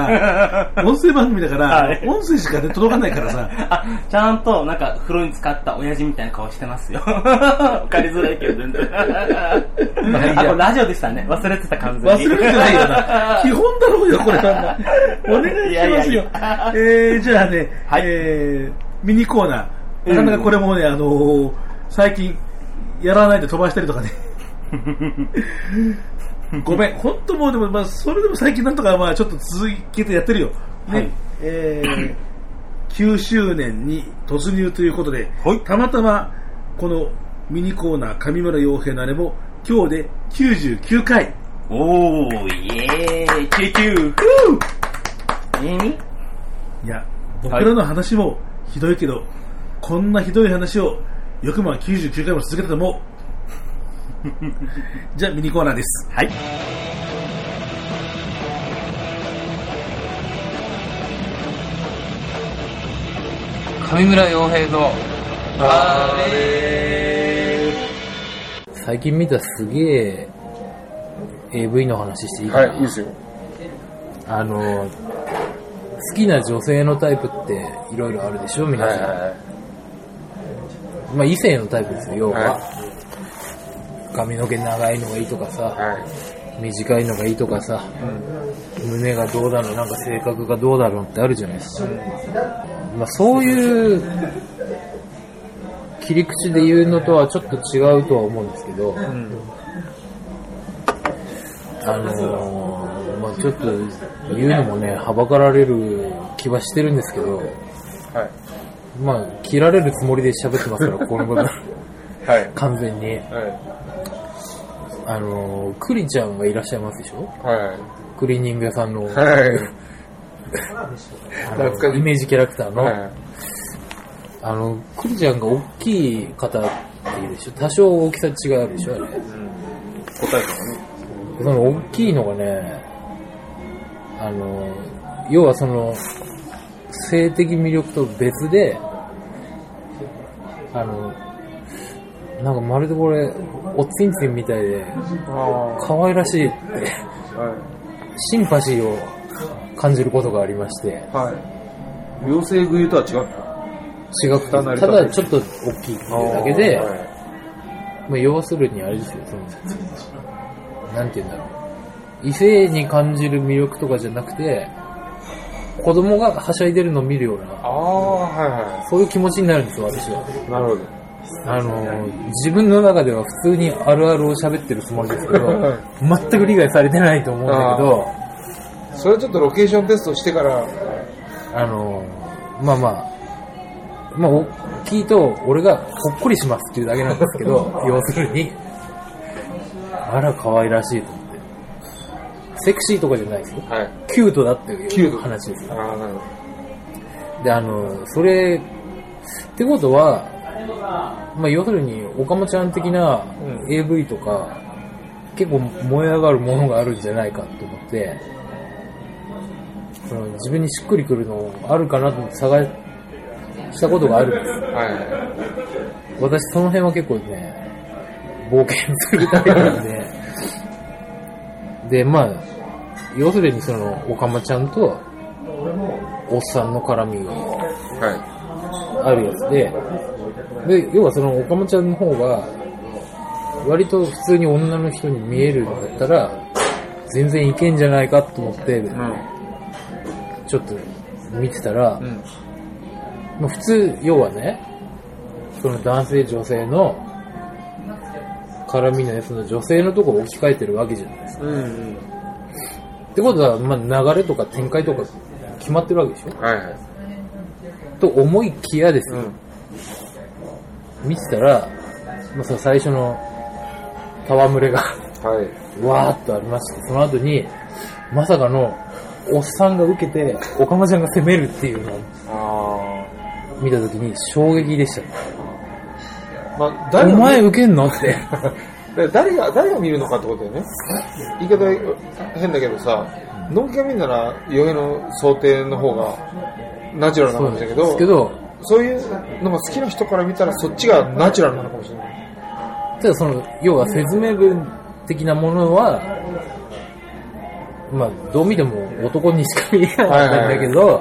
S1: 音声番組だから、はい、音声しか、ね、届かないからさ。
S2: あ、ちゃんと、なんか、風呂に使った親父みたいな顔してますよ。わかりづらいけど、全然。まあいい、あ、これラジオでしたね。忘れてた完全に。
S1: 忘れてないよな。基本だろうよ、これは。お願いしますよ。いやいやいやえー、じゃあね、はい、えー、ミニコーナー。なかなかこれもね、あのー、最近、やらないで飛ばしたりとかね。ごめん、本当もうでも、まあ、それでも最近なんとか、まあ、ちょっと続けてやってるよ。ね。はい、えー、きゅうしゅうねんに突入ということで、はい、たまたま、このミニコーナー、上村洋平のあれも、今日できゅうじゅうきゅうかい。
S2: おー、イエーイ、きゅうじゅうきゅう。えー、
S1: いや、僕らの話もひどいけど、はい、こんなひどい話を、よくまあきゅうじゅうきゅうかいも続けたと思う。じゃあミニコーナーです。
S2: はい。
S6: 上村洋平のあれ最近見たすげえ エーブイ の話していいかな。
S7: はい、いいですよ。
S6: あの好きな女性のタイプっていろいろあるでしょ皆さん、はいはいはい、まあ異性のタイプですよ要は、はい、髪の毛長いのがいいとかさ、はい、短いのがいいとかさ、うん、胸がどうだろうなんか性格がどうだろうってあるじゃないですか、うんまあ、そういう切り口で言うのとはちょっと違うとは思うんですけど、うん、あのー、まあちょっと言うのもねはばかられる気はしてるんですけど、はい、まあ切られるつもりで喋ってますからこの部分、はい、完全に、はい、あのー、クリちゃんがいらっしゃいますでしょ、はい、クリーニング屋さんの、はいあのイメージキャラクターの、はい、あのクリちゃんが大きい方っていうでしょ多少大きさ違うでしょあれ、うん、答えたのねその大きいのがねあの要はその性的魅力と別であのなんかまるでこれおっつんつんみたいで可愛らしいって、はい、シンパシーを感じることがありまして、はい、
S7: 両性食いとは違う
S6: 違くてただちょっと大きいっていうだけで、はいまあ、要するにあれですよそのなんて言うんだろう異性に感じる魅力とかじゃなくて子供がはしゃいでるのを見るようなあ、はいはい、そういう気持ちになるんですよ私は
S7: なるほど
S6: あの自分の中では普通にあるあるを喋ってるつもりですけど全く理解されてないと思うんだけど
S7: それはちょっとロケーションテストしてから
S6: あのまあまあまあ大きいと俺がほっこりしますっていうだけなんですけど要するにあら可愛らしいと思ってセクシーとかじゃないですよ、はい、キュートだっていう話ですよあなるほどであのそれってことはまあ要するにオカマちゃん的な エーブイ とか、うん、結構燃え上がるものがあるんじゃないかと思ってその自分にしっくりくるのあるかなと思って探したことがあるんです、はい、私その辺は結構ね冒険するタイプなんででまあ要するにそのオカマちゃんとおっさんの絡みがあるやつで、で要はそのオカマちゃんの方が割と普通に女の人に見えるんだったら全然いけんじゃないかと思って、うん、ちょっと見てたら、うん、まあ、普通要はね、その男性女性の絡みのやつの女性のところを置き換えてるわけじゃないですか、うんうん、ってことは、まあ、流れとか展開とか決まってるわけでしょ、はいはい、と思いきやですよ、うん、見てたら、まあ、その最初の戯れが、はい、わーっとありまして、その後にまさかのおっさんが受けてオカマちゃんが攻めるっていうのを見たときに衝撃でしたね。まあ、誰お前受けんのって
S7: 誰が誰が見るのかってことだよね。言い方変だけどさ、のんきが見るなら嫁の想定の方がナチュラルなかもしれないけど、
S6: けど
S7: そういうのが好きな人から見たらそっちがナチュラルなのかもしれない。
S6: ただその要は説明文的なものは、まあどう見ても男にしか見えなかったんだけど、はいはいはい、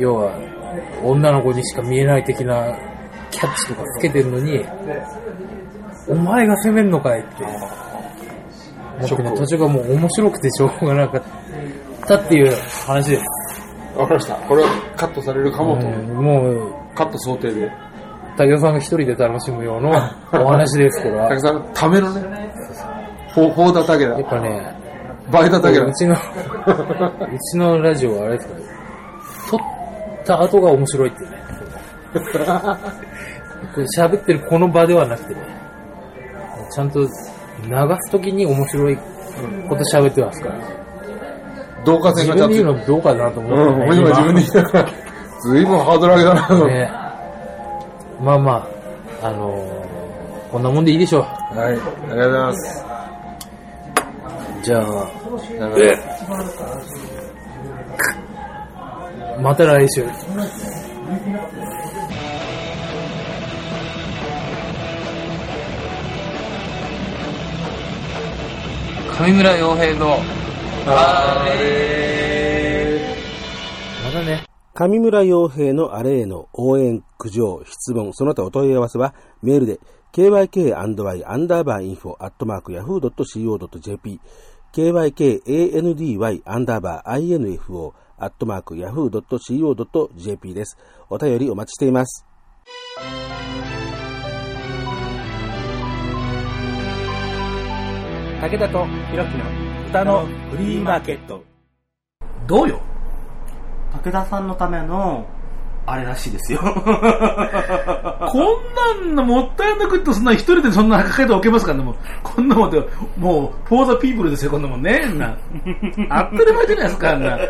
S6: 要は女の子にしか見えない的なキャッチとかつけてるのに、お前が攻めるのかいって思って、途中がもう面白くてしょうがなかったっていう話です。
S7: わかりました。これはカットされるかもと、うん、もうカット想定で
S6: 武田さんが一人で楽しむようなお話です。これは
S7: 武田さんのためのね、ほうだたけだ。
S6: やっぱね、
S7: 倍だたけだ。
S6: うちのうちのラジオはあれですかね、撮った後が面白いってね喋ってるこの場ではなくてね、ちゃんと流すときに面白いこと喋ってますから。
S7: 同化線が
S6: 自分で言うのどうかなと思って、ね、
S7: うん、今自分で言ったからずいぶんハードル上げだな、ね、
S6: まあまあ、あのー、こんなもんでいいでしょう。
S7: はい、ありがとうございます。
S6: じゃあ、また来週。上村洋平のあれまたね。
S8: 上村洋平のあれへの応援、苦情、質問、その他お問い合わせはメールで ケーワイケーアンドワイ アンダーバーインフォアットマークヤフードットシーオードットジェーピー ケーワイケーエーエヌディーワイ アンダーバー アイエヌエフオー アットマークヤフードットシーオードットジェーピー です。お便りお待ちしています。
S1: 武田とひろきの歌のフリーマーケット。どうよ、
S2: 武田さんのためのあれらしいですよ。こん
S1: なんのもったいなくって、そんな一人でそんな抱えておけますからね。もうこんなもんでもうフォーザピープルですよ、こんなもんね。な当たり前じゃないですか。な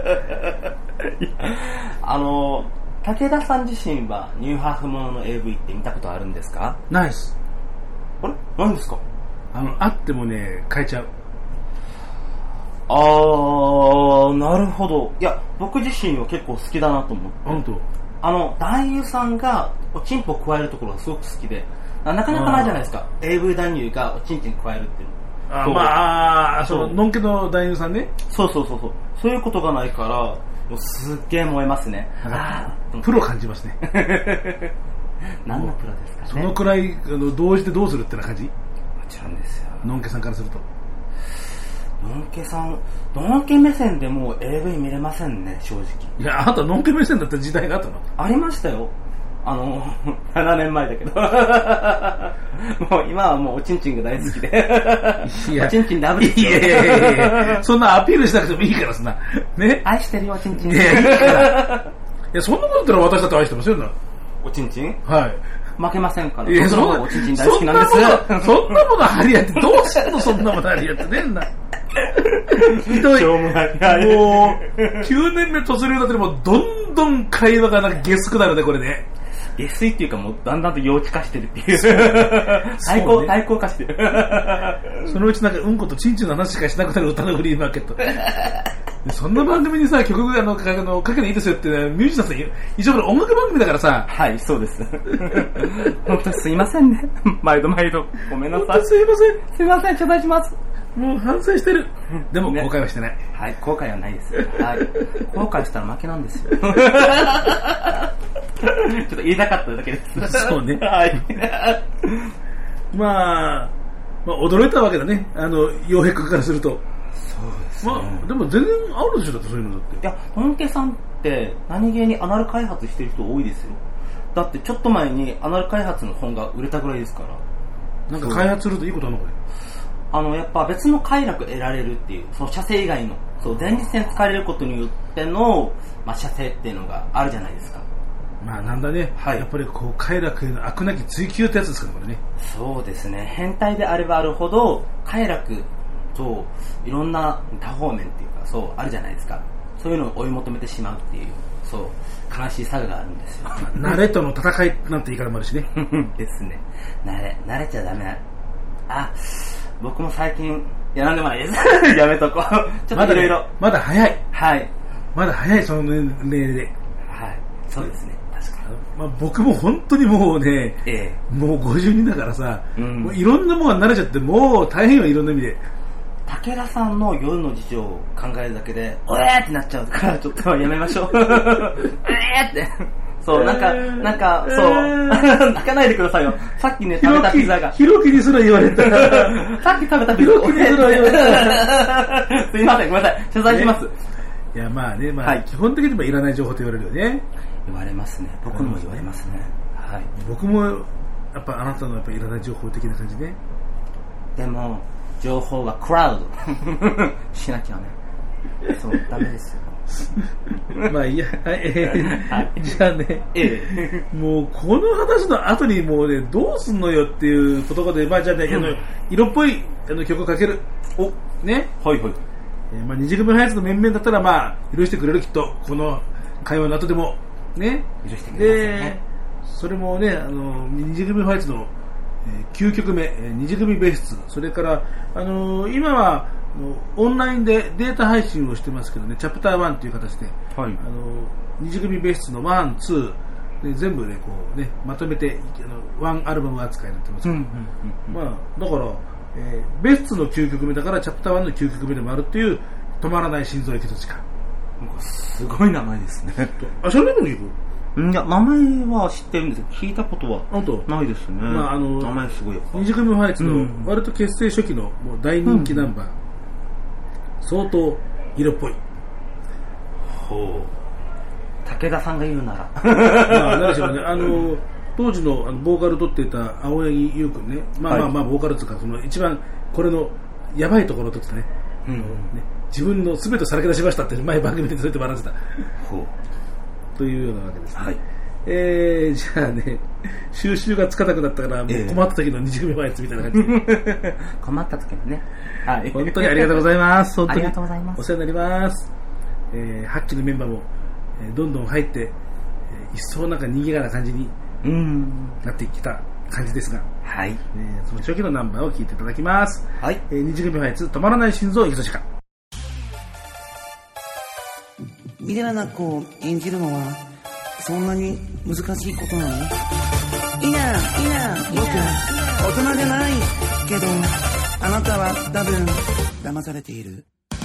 S2: あの武田さん自身はニューハーフものの エーブイ って見たことあるんですか？
S1: ないです。
S2: あれないんですか？
S1: あの、あってもね、変えちゃう。
S2: あー、なるほど。いや、僕自身は結構好きだなと思って。
S1: 本当。
S2: あの、男優さんがおちんぽを加えるところがすごく好きで、なかなかないじゃないですか。エーブイ 男優がおちんちん加えるっていうの。
S1: あ、まあ、その、のんけの男優さんね。
S2: そうそうそうそう。そういうことがないから、もうすっげー燃えますね。
S1: ああ、プロ感じますね。
S2: 何のプロですかね。
S1: そのくらい、あの、同時でどうするってな感じ？も
S2: ちろんですよ。
S1: のんけさんからすると。
S2: のんけさん、のんけ目線でもう エーブイ 見れませんね、正直。
S1: いや、あなたのんけ目線だった時代があったの？
S2: ありましたよ。あの、ななねんまえだけど。もう今はもうおちんちんが大好きで。いやおちんちんダブルですよ。
S1: いやいやいやいやそんなアピールしなくてもいいからそんな。ね。
S2: 愛してるよ、おちんちん。
S1: いや、いいから。いや、そんなことだったら私だって愛してますよな。
S2: おちんちん？
S1: はい。
S2: 負けませんから。
S1: いや、そんな
S2: おちんちん大好きなんです。
S1: そんなもの張り合ってどうすんの？そんなもの張り合ってねえんだ。ひどい。もうきゅうねんめ突入だってもうどんどん会話がなんか下水くなるね、これね。
S2: 下水っていうかもうだんだんと幼稚化してるっていう。対抗、対抗化してる。
S1: そのうちなんかうんことちんちんの話しかしなくなる歌のフリーマーケット。そんな番組にさ、曲あのかのかけていいですよって、ね、ミュージシャンさん一応これ音楽番組だからさ。
S2: はい、そうです。本当すいませんね。毎度毎度ごめんなさい。
S1: すいません。
S2: すいません、頂戴します。
S1: もう反省してる。でも、ね、後悔はしてない。
S2: はい、後悔はないです。はい。後悔したら負けなんですよ。ちょっと言いたかっただけです。
S1: そうね。
S2: はい。
S1: まあ、 まあ、驚いたわけだね、あの洋平君からすると。
S2: そうですね。
S1: まあ、でも全然あるでしょ、だってそういうのだって。
S2: いや、とんけさんって何気にアナル開発してる人多いですよ。だってちょっと前にアナル開発の本が売れたぐらいですから。
S1: なんか開発するといいことあるのこれ。
S2: あの、やっぱ別の快楽得られるっていう、その射精以外の、そう、前立腺使われることによっての、まあ、射精っていうのがあるじゃないですか。
S1: まあなんだね、はい、やっぱりこう快楽への飽くなき追求ってやつですからこれね。
S2: そうですね。変態であればあるほど快楽といろんな多方面っていうかそうあるじゃないですか。そういうのを追い求めてしまうっていうそう悲しい差があるんですよ。
S1: 慣れとの戦いなんて言い方もあるしね。
S2: ですね。慣れ慣れちゃダメ。あ、僕も最近いやなんでもないです。やめとこう。ちょっといろいろ。
S1: まだ早い。
S2: はい。
S1: まだ早いその年齢で。
S2: はい。そうですね。
S1: まあ、僕も本当にもうね、ええ、もうごじゅうにだからさ、うん、もういろんなものが慣れちゃってもう大変よ、いろんな意味で。
S2: 武田さんの夜の事情を考えるだけでおえーってなっちゃうからちょっとやめましょう。えーってそうなんか、えー、なんかそう、えー、泣かないでくださいよ。さっきね食べたピザが
S1: ひろきにすら言われた。
S2: さっき食べたピザがひろきにすら言われた。すいませんごめんなさい謝罪します、ね。
S1: いやまあね、まあ、はい、基本的にはいらない情報と言われるよね。
S2: 言われますね。僕にも言われますね。はい。
S1: 僕もやっぱあなたのやっぱいらない情報的な感じね。
S2: でも情報はクラウドしなきゃね。そうダメです
S1: よ。まあいいや、えーはい、じゃあね、えー、もうこの話の後にもうねどうすんのよっていう言葉でまあじゃあね、うん、あの色っぽいあの曲をかける。おね。
S2: はいはい。
S1: えー、まあ二次組ハイツの面々だったらまあ許してくれるきっとこの会話の後でも。ね、
S2: 許してくれますよね。
S1: でそれもね、あの二次組ファイツの、えー、きゅうきょくめ、えー、二次組別室、それから、あのー、今はあのオンラインでデータ配信をしてますけどね、チャプターワンという形で、はい、あのー、二次組別室のワン、ツーで全部ねこうねまとめてあのワンアルバム扱いになってますけど、うんうんうん、まあだから、えー、別室のきゅうきょくめだからチャプターワンのきゅうきょくめでもあるっていう止まらない心臓駅としか。
S2: すごい名前ですね。
S1: あ、それでもいい
S2: の？いや、名前は知ってるんですけど、聞いたことはないですね。
S1: まあ、あの、
S2: 名前すごい。
S1: 二次組ファイツの割と結成初期のもう大人気ナンバー、うん、相当色っぽい。
S2: ほう。武田さんが言うなら。
S1: まあ、何でしょうね。あの、当時のあのボーカル取っていた青柳優君ね、まあまあまあ、ボーカルというか、その一番これのやばいところとってね、うんね自分の全てをさらけ出しましたって前番組でそうやって笑ってたというようなわけですね、はい、えー、じゃあね収集がつかなくなったからもう困った時の二次組ファイツみたいな感じで
S2: 困った時のね、
S1: はい、本当にありがとうございます本当に
S2: ありがとうございます
S1: お世話になります、えー、はっきのメンバーも、えー、どんどん入って、えー、一層なんか賑やかな感じになってきた感じですが、
S2: はい、
S1: えー、その初期のナンバーを聴いていただきます、
S2: はい
S1: えー、二次組ファイツ止まらない心臓エキゾチカ。
S9: ミレラナッコを演じるのはそんなに難しいことなの？いやいや僕大人じゃないけどあなたは多分騙されている。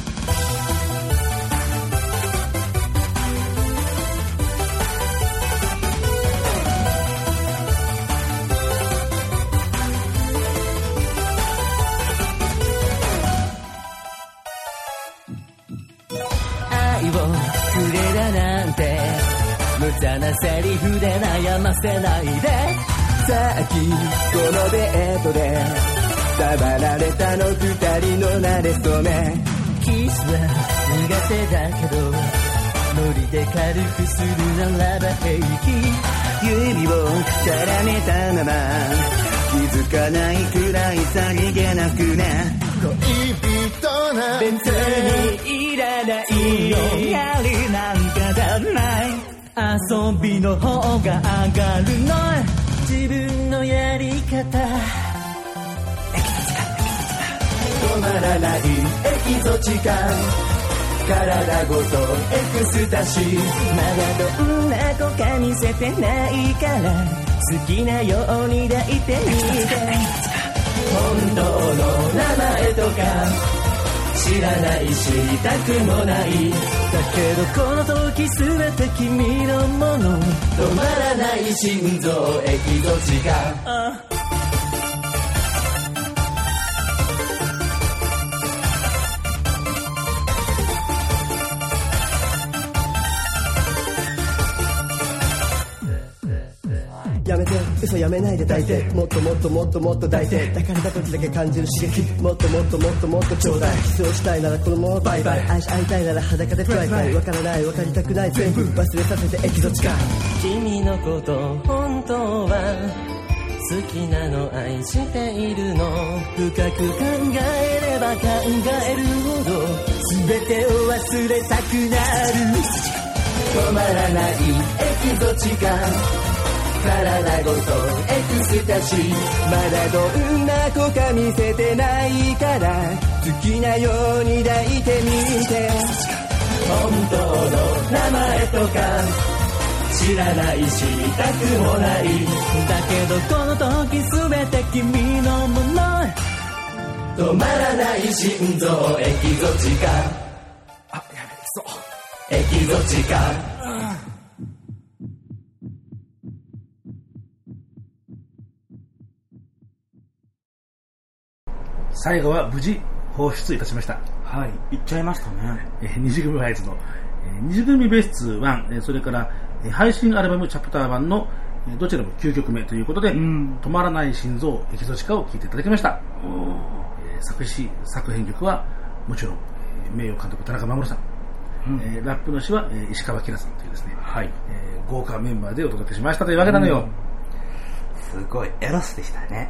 S5: 愛をくれだなんて無駄なセリフで悩ませないで。さっきこのデートで触られたの二人の馴れ初め。キスは苦手だけどノリで軽くするならば平気。
S9: 指を絡めたまま気づかないくらいさりげなくね。
S5: 恋人なんて別にいらないよ。やりなんかじゃない。遊びの方が上がるの。自分のやり方。止まらないエキゾチカ。体ごとエクスタシー。まだどんな子か見せてないから好きなように抱いてみて。本当の名前とか知らない知りたくもない。だけどこの時全て君のもの。止まらない心臓エキゾチカ。
S10: やめて嘘やめないで抱いてもっともっともっともっと抱いて抱かれた時だけ感じる刺激もっともっともっともっとちょうだいキスをしたいなら子供をバイバイ愛し合いたいなら裸でフライフライわからないわかりたくない全部忘れさせてエキゾチカ
S11: 君のこと本当は好きなの愛しているの
S10: 深く考えれば考えるほど全てを忘れたくなる止まらないエキゾチカ体ごとエクスタシーまだどんな子か見せてないから好きなように抱いてみて本当の名前とか知らない知りたくもないだけどこの時すべて君のもの止まらない心臓エキゾチカあ、やべえ、そうエキゾチカ、
S1: 最後は無事放出いたしました。
S2: はい、行っちゃいましたね。
S1: えー、二次組ファイズの、えー、二次組ベストワン、えー、それから、えー、配信アルバムチャプター版の、えー、どちらもきゅうきょくめということで、うん、止まらない心臓エキゾチカを聴いていただきました。えー、作詞作編曲はもちろん、えー、名誉監督田中守さん、うんえー、ラップの詩は、えー、石川きらさんというですね、はいえー、豪華メンバーでお届けしましたというわけなのよ。うん
S2: すごいエロスでしたね。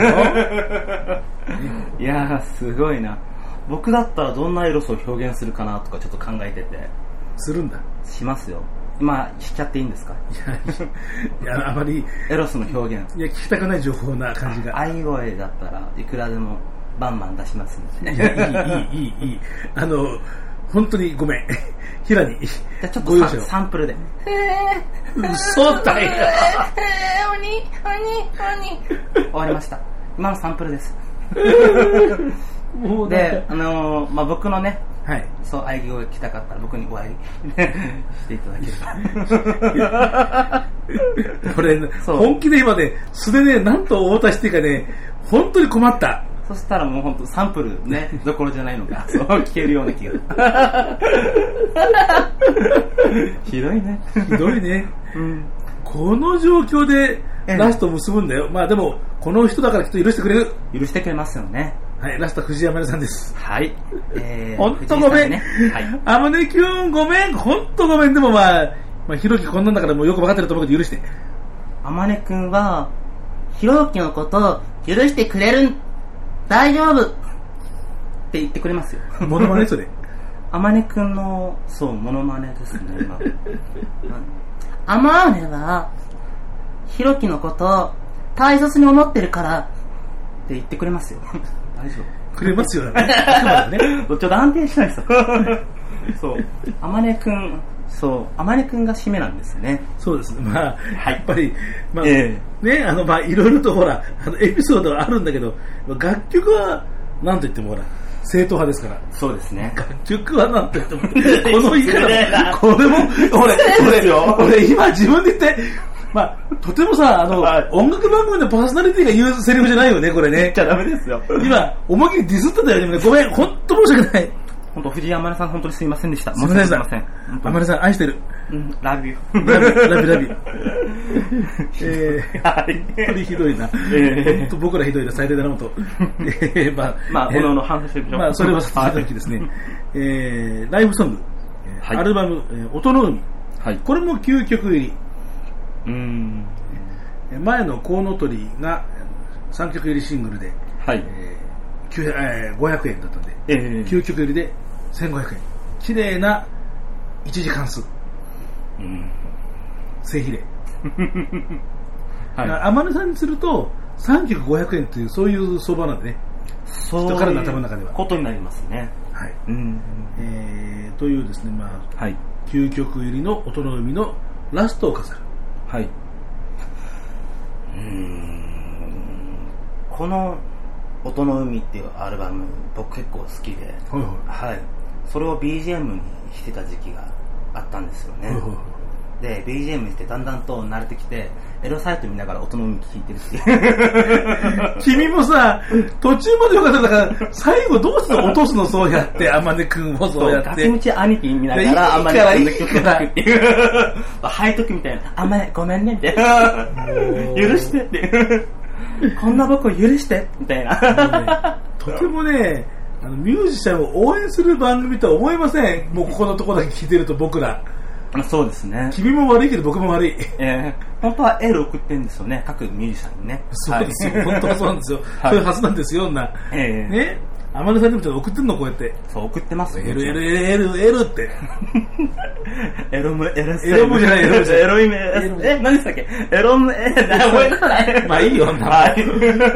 S2: いやーすごいな。僕だったらどんなエロスを表現するかなとかちょっと考えてて。
S1: するんだ。
S2: しますよ。今しちゃっていいんですか？
S1: いや、いやあまり
S2: エロスの表現。
S1: いや聞きたくない情報な感じが。
S2: 愛声だったらいくらでもバンバン出しますんで。
S1: いやいいいいいいいい。あの本当にごめん。平に。
S2: じゃちょっとサ, サンプルで。
S1: 嘘だよ。
S2: 鬼鬼鬼。終わりました。今のサンプルです。もうで、あのー、まあ僕のね、はい、そう愛声が来たかったら僕にお会いしていただければ。
S1: これ、ね、本気で今ね、素でね、なんとお渡ししていいかね、本当に困った。
S2: そしたらもう本当サンプルねどころじゃないのかそう聞けるような気がひどいね
S1: ひどいね、うん、この状況でラスト結ぶんだよ、ええ、まあでもこの人だからきっと許してくれる
S2: 許してくれますよね。
S1: はい、ラスト藤山さんです。
S2: はい、
S1: えー、ほんとごめん、ねはい、あまねきゅんごめんほんとごめん。でもまあ、まあ、ひろきこんなんだからもうよく分かってると思うけど許して。
S2: あまねくんはひろきのことを許してくれるん大丈夫って言ってくれますよ。
S1: モノマネそれ。
S2: あまねくんのそうモノマネですね今。あまねはひろきのことを大切に思ってるからって言ってくれますよ。大丈
S1: 夫。くれますよね。
S2: ねどっちも断定しないですよ。そう。あまねくんそうあまねくんが締めなんですよね。
S1: そうですね。まあ、はい、やっぱりまあ、えー、ねあのまあいろいろとほらあのエピソードがあるんだけど楽曲はなんと言ってもほら正統派ですから。
S2: そうですね。
S1: 楽曲はなんと言ってもこの言い方これも俺俺俺今自分で言って。まあ、とてもさ、あの、はい、音楽番組のパーソナリティが言うセリフじゃないよね、これね。
S2: 言っちゃダメですよ。
S1: 今、思いっきりディスってたよね。ごめん、ほんと申し訳ない。
S2: 本当藤井天音さん本当にすいませんでした。
S1: すいませんでした。天音さん愛してる。
S2: うん、ラビュ
S1: ー。ラビュー、ラビュー、ラビュー。えー、はい。本当にひどいな。えー、本当僕らひどいな、最低だな、本当。
S2: えー、まあ、まあ、おのおの反省してみましょう。
S1: まあ、それはさておきですね。えー、ライブソング、はい、アルバム、音の海。はい。これもきゅうきょく入り。うーん。前のコウノトリがさんきょく入りシングルで、はいえーえー、ごひゃくえんだったんで、えー、きゅうきょく入りでせんごひゃくえん。綺麗ないちじかん数。うん。正比例。はい。天音さんにするとさんきょくごひゃくえんっていうそういう相場なんでね。
S2: そういう彼の頭の中では。ことになりますね。
S1: はい。うん。えー、というですね、まあ、はい、きゅうきょく入りの音の海のラストを飾る。はい。
S2: うーんこの音の海っていうアルバム僕結構好きで、はいはいはい、それを ビージーエム にしてた時期があったんですよね。はいはいはい、 で ビージーエム ってだんだんと慣れてきてエロサイト見ながら音の向き聞いてるっていう
S1: 君もさ途中までよかったんだから最後どうして落とすのそうやって天音くんもそうやって
S2: ガキムチ兄貴見ながら天音くんの曲を聴くっていう背徳みたいな天音ごめんねって許してってこんな僕を許してみたいな、
S1: ね、とてもねあのミュージシャンを応援する番組とは思えません。もうここのところだけ聞いてると僕ら
S2: そうですね。
S1: 君も悪いけど僕も悪い。
S2: えー、本当はエール送ってるんですよね、各ミュージシャンにね。
S1: そうですよ、はい、本当はそうなんですよ。はい、そういうはずなんですよ、女。えー、ね、天野さんにもちょっと送ってんのこうやって。
S2: そう送ってますよ。
S1: エルエルエルエルエルって。
S2: エロムエロ
S1: エロムじゃないエロムじゃない。
S2: エロイメえ何でしたっけ？エロムえ覚えない。
S1: まあいいよ。はい。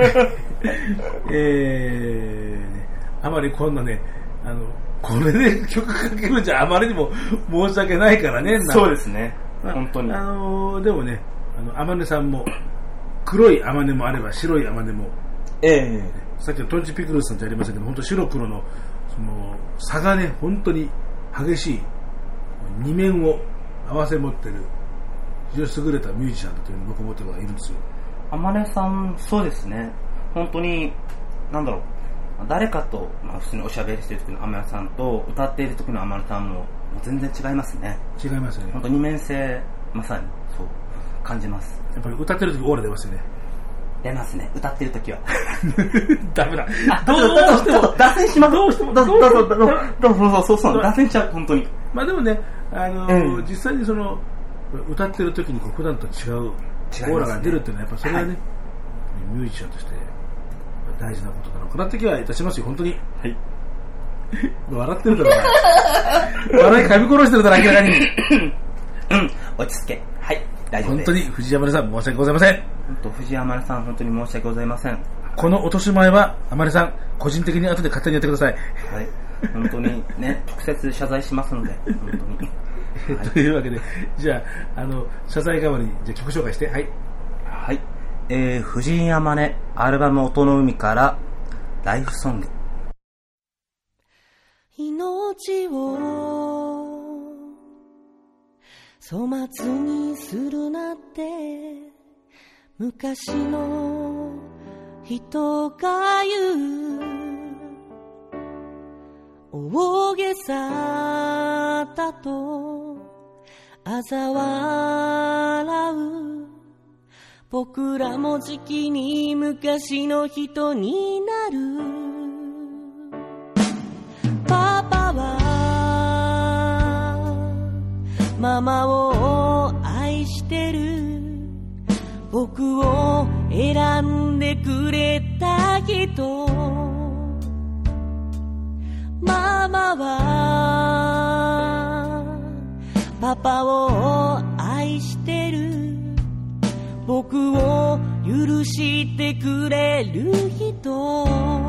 S1: えー、あまりこんなねあの。これで曲かけるんじゃあまりにも申し訳ないからね。
S2: そうですね、まあ、本当に
S1: あのー、でもねあの天音さんも黒い天音もあれば白い天音も、
S2: ええ
S1: ー、さっきのトンチピクルスさんじゃありましたけど本当白黒のその差がね本当に激しい二面を合わせ持ってる非常に優れたミュージシャンだというのを僕思ってはいるんですよ。
S2: 天音さんそうですね本当になんだろう誰かと、まあ、普通におしゃべりしている時の天野さんと歌っている時の天野さんももう全然違いますね。
S1: 違いますよね。
S2: 本当二面性まさにそう感じます。
S1: やっぱり歌ってる時オーラ出ますよね。
S2: 出ますね歌ってる時は。
S1: ダメだ。
S2: どうしても脱線します。どうしてもどうぞどうぞどうぞどうぞそうそう脱線しちゃう本当に。
S1: まあでもねあのーうん、実際にその歌ってる時にこう普段と違うオーラが出るっていうのはやっぱそれはね、はい、ミュージシャンとして大事なことなのかなって気はいたしますよ本当に。はい。笑ってるだろうな。笑い噛み殺してるだろ明らかに。
S2: うん落ち着け。はい大丈夫です。
S1: 本当に藤山根さん申し訳ございません。
S2: 本当藤山根さん本当に申し訳ございません。
S1: この落とし前は天根さん個人的に後で勝手にやってください。
S2: はい本当にね直接謝罪しますので本当に。
S1: はい、というわけでじゃああの謝罪代わりにじゃあ曲紹介してはい
S2: はい。えー、藤井天音アルバム音の海からライフソング。
S10: 命を粗末にするなって昔の人が言う大げさだと嘲笑う僕らもじきに昔の人になる。パパはママを愛してる僕を選んでくれた人。ママはパパを愛してる僕を許してくれる人。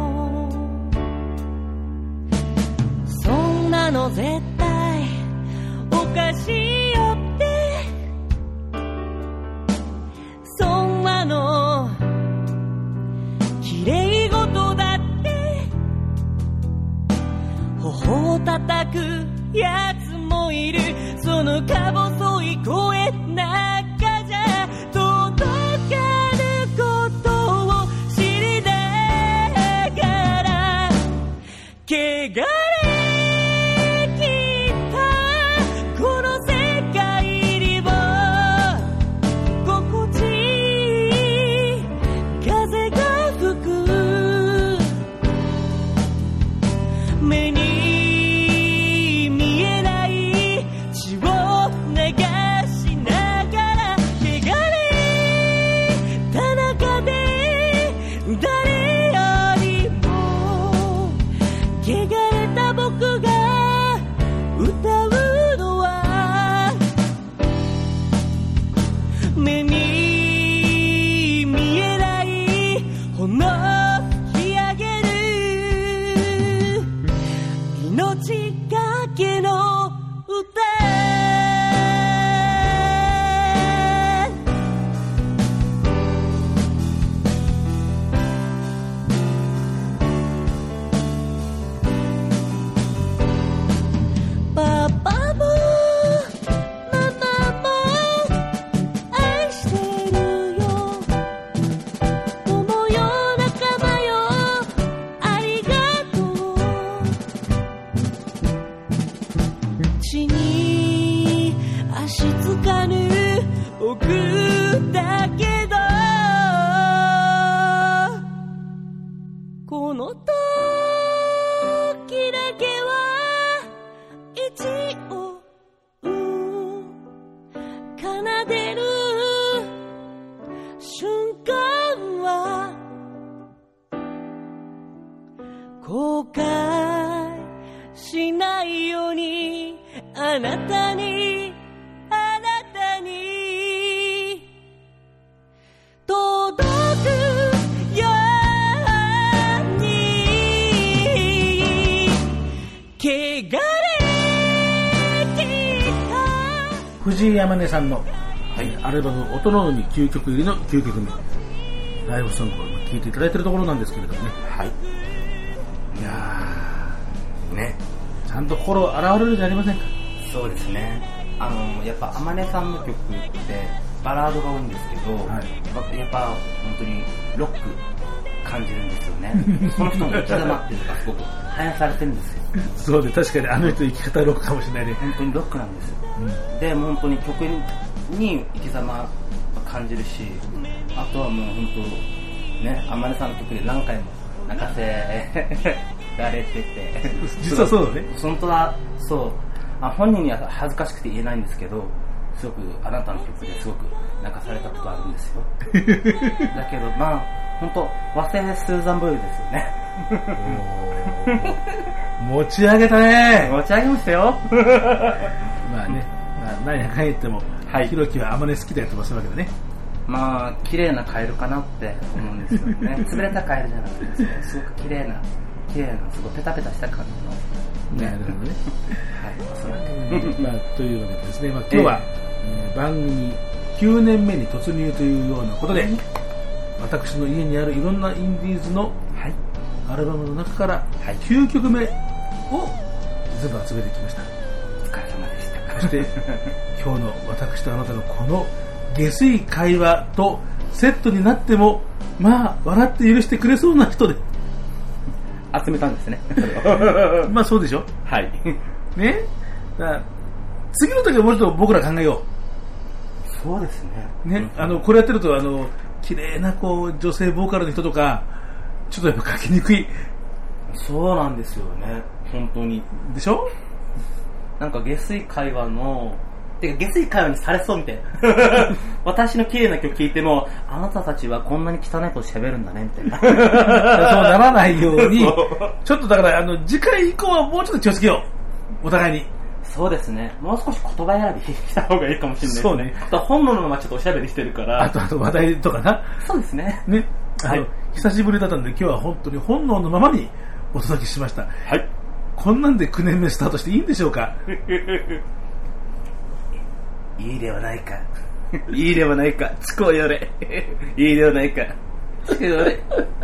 S10: そんなの絶対おかしいよってそんなの綺麗事だって頬を叩くやつもいる。そのか細い声中じゃ届かぬことを知りながら汚れきったこの世界には心地いい風が吹く。目に見えない血を流しながらこの時だけは一応奏でる瞬間は後悔しないようにあなたにあなたに届くように汚れ
S1: 藤井山根さんの、はい、アルバム音の海きゅうきょく入りのきゅうきょくめライブソングを聴いていただいているところなんですけれどもね、
S2: はい、
S1: いやーねちゃんと心洗われるじゃありませんか。
S2: そうですね、あのやっぱ天音さんの曲ってバラードが多いんですけど、はい、やっぱ本当にロック感じるんですよねその人の生き様っていうのがすごく反映されてるんですよ
S1: そうで、確かにあの人生き方ロックかもしれないね。
S2: 本当にロックなんですよ、うん、で本当に曲に生き様感じるし、あとはもう本当ね、天音さんの曲で何回も泣かせられてて
S1: 実はそうだね、
S2: 本当はそう、あ本人には恥ずかしくて言えないんですけど、すごくあなたの曲ですごく泣かされたことあるんですよだけどまあ本当和製スーザン・ボイルですよね
S1: 持ち上げたね。
S2: 持ち上げましたよ
S1: まあね、まあ、何やかん言っても、はい、ひろきは天音好きだよとかするわけだね。
S2: まあ綺麗なカエルかなって思うんですよね潰れたカエルじゃなくてすごく綺麗な綺麗なすごいペタペタした感じの、
S1: ね、なるほどね
S2: はいおそらく
S1: まあというわけでですね、まあ、今日は、えー、番組きゅうねんめに突入というようなことで、私の家にあるいろんなインディーズのアルバムの中からきゅうきょくめを全部集めてきました。
S2: お疲れ様でした。
S1: そして今日の私とあなたのこの下水会話とセットになってもまあ笑って許してくれそうな人で
S2: 集めたんですね
S1: まあそうでしょ。
S2: はい
S1: ね、だから次の時はもうちょっと僕ら考えよう。
S2: そうですね。
S1: ね、あのこれやってるとあの綺麗なこう女性ボーカルの人とかちょっとやっぱ書きにくい。
S2: そうなんですよね。本当に。
S1: でしょ？
S2: なんか下水会話のてか下水会話にされそうみたいな。私の綺麗な曲聴いてもあなたたちはこんなに汚いこと喋るんだねみたいな。そう
S1: ならないようにちょっとだからあの次回以降はもうちょっと気をつけよう。お互いに。
S2: そうですね。もう少し言葉選びした方がいいかもしれないですね。
S1: そうね。
S2: あと本能のままちょっとおしゃべりしてるから。
S1: あとあと話題とかな。
S2: そうですね。
S1: ね。あの、はい、久しぶりだったんで今日は本当に本能のままにお届けしました。
S2: はい。
S1: こんなんできゅうねんめスタートしていいんでしょうか。
S2: いいではないか。いいではないか。つこうよれ。いいではないか。つこうよれ。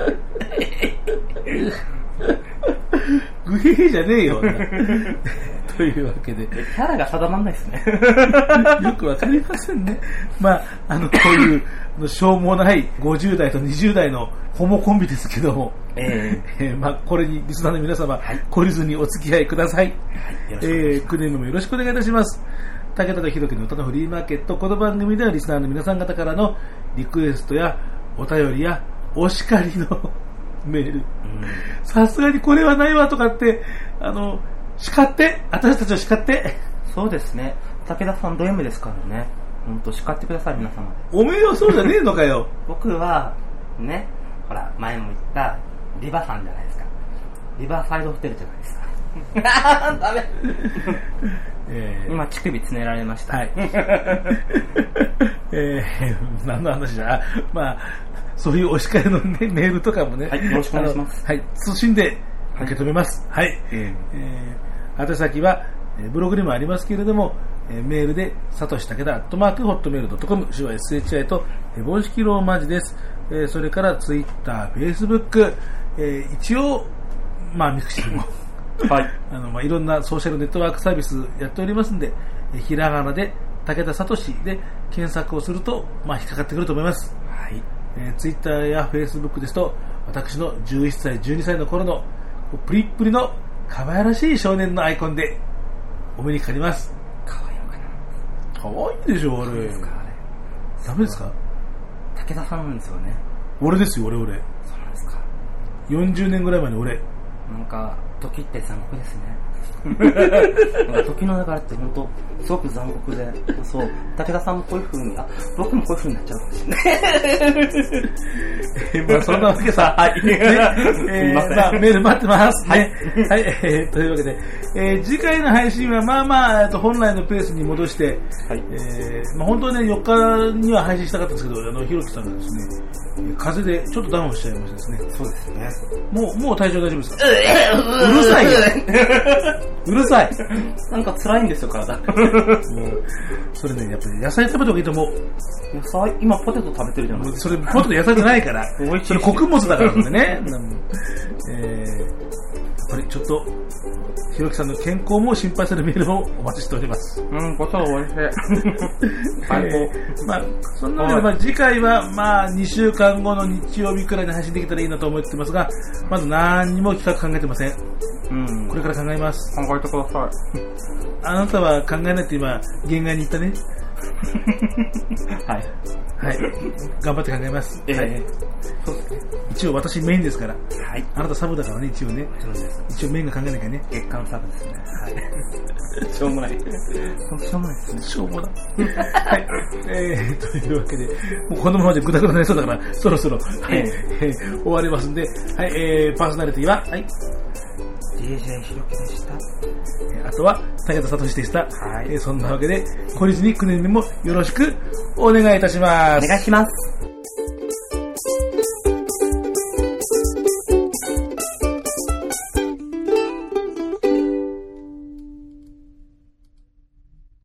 S1: グヘヘじゃねえよというわけで
S2: キャラが定まんないですね
S1: よくわかりませんね。まああのこういうしょうもないごじゅう代とにじゅう代のホモコンビですけども、
S2: えー
S1: えーまあ、これにリスナーの皆様、はい、懲りずにお付き合いください。
S2: はい、
S1: えー、くねんめもよろしくお願いいたします。武田とひろきの歌のフリーマーケット、この番組ではリスナーの皆さん方からのリクエストやお便りやお叱りのメール、さすがにこれはないわとかってあの叱って私たちを叱って。
S2: そうですね。武田さんド M ですからね。本当叱ってください皆様で。
S1: おめえはそうじゃねえのかよ
S2: 僕はね、ほら前も言ったリバさんじゃないですか。リバーサイドホテルじゃないですかダメえー、今乳首つねられました。
S1: はいえー、何の話だ。まあそういうお叱りの、ね、メールとかもね、
S2: はい、よろしくお願いします。
S1: はい、謹んで受け止めます。はい。はい、えー、宛先はブログにもありますけれども、えー、メールでさとし武田アットマークホットメールドットコム、手話 エスエイチアイ とヘボン式ローマ字です。えー、それからツイッター、フェイスブック、えー、一応まあミクシーもはい、あのまあいろんなソーシャルネットワークサービスやっておりますんで、えー、ひらがなで武田聡で検索をするとまあ引っかかってくると思います。
S2: はい。
S1: えー、ツイッターやフェイスブックですと私のじゅういっさいじゅうにさいの頃のプリップリの可愛らしい少年のアイコンでお目にかかります。
S2: 可愛いのかな。
S1: 可愛いでしょあれ。
S2: そうですかあれ。
S1: ダメですか。
S2: 武田さんなんですよね。
S1: 俺ですよ俺俺。
S2: そうなんですか。
S1: よんじゅうねんぐらい前に俺。
S2: なんか、時って残酷ですね。なんか時の流れって本当すごく残酷で、そう、武田さんもこういう風に、あ、僕もこういう風になっちゃうかもしれない。
S1: まあそんなわけさ、はい。ね、えー、まあメール待ってますね。はい。はい、えー、というわけで、えー、次回の配信はまあまあ、本来のペースに戻して、はい、えー、まあ本当はね、よっかには配信したかったんですけど、あの、ひろきさんがですね、風邪でちょっとダウンしちゃいましたですね。
S2: そうですね。
S1: もう、もう体調大丈夫ですか？うるさいよ。うるさい。
S2: なんか辛いんですよ、体。も
S1: う、それね、やっぱり野菜食べた方がいいと思う。
S2: 野菜今ポテト食べてるじゃないですか。
S1: それ、ポテト野菜じゃないから。それ穀物だからね。えーやっぱりちょっと、ひろきさんの健康も心配するメールをお待ちしております。
S2: うん、こっちは美味しい。
S1: 最高。まあ、そんなので、まあ、次回は、まあ、にしゅうかんごの日曜日くらいに配信できたらいいなと思ってますが、まだ何にも企画考えてません。うん。これから考えます。
S2: 考えてください。
S1: あなたは考えないって今、限界に行ったね。
S2: はい。
S1: はい。頑張って考えます。
S2: えー、はい。
S1: そうですね。一応私メインですから。
S2: はい。
S1: あなたサブだからね、一応ね。そうです。一応メインが考えなきゃね。
S2: 月間サブですね。はい。しょうもない。しょうもないですね。
S1: しょうもない。はい。えー、というわけで、もうこのままでグダグダになりそうだから、そろそろ、はい、えー、終わりますんで、はい、えー、パーソナリティは、はい。
S2: ディージェー ひろきでした。
S1: あとは、武田聡でした。はい。えー、そんなわけで、懲りずにくねみもよろしくお願いいたします。
S2: お願いします。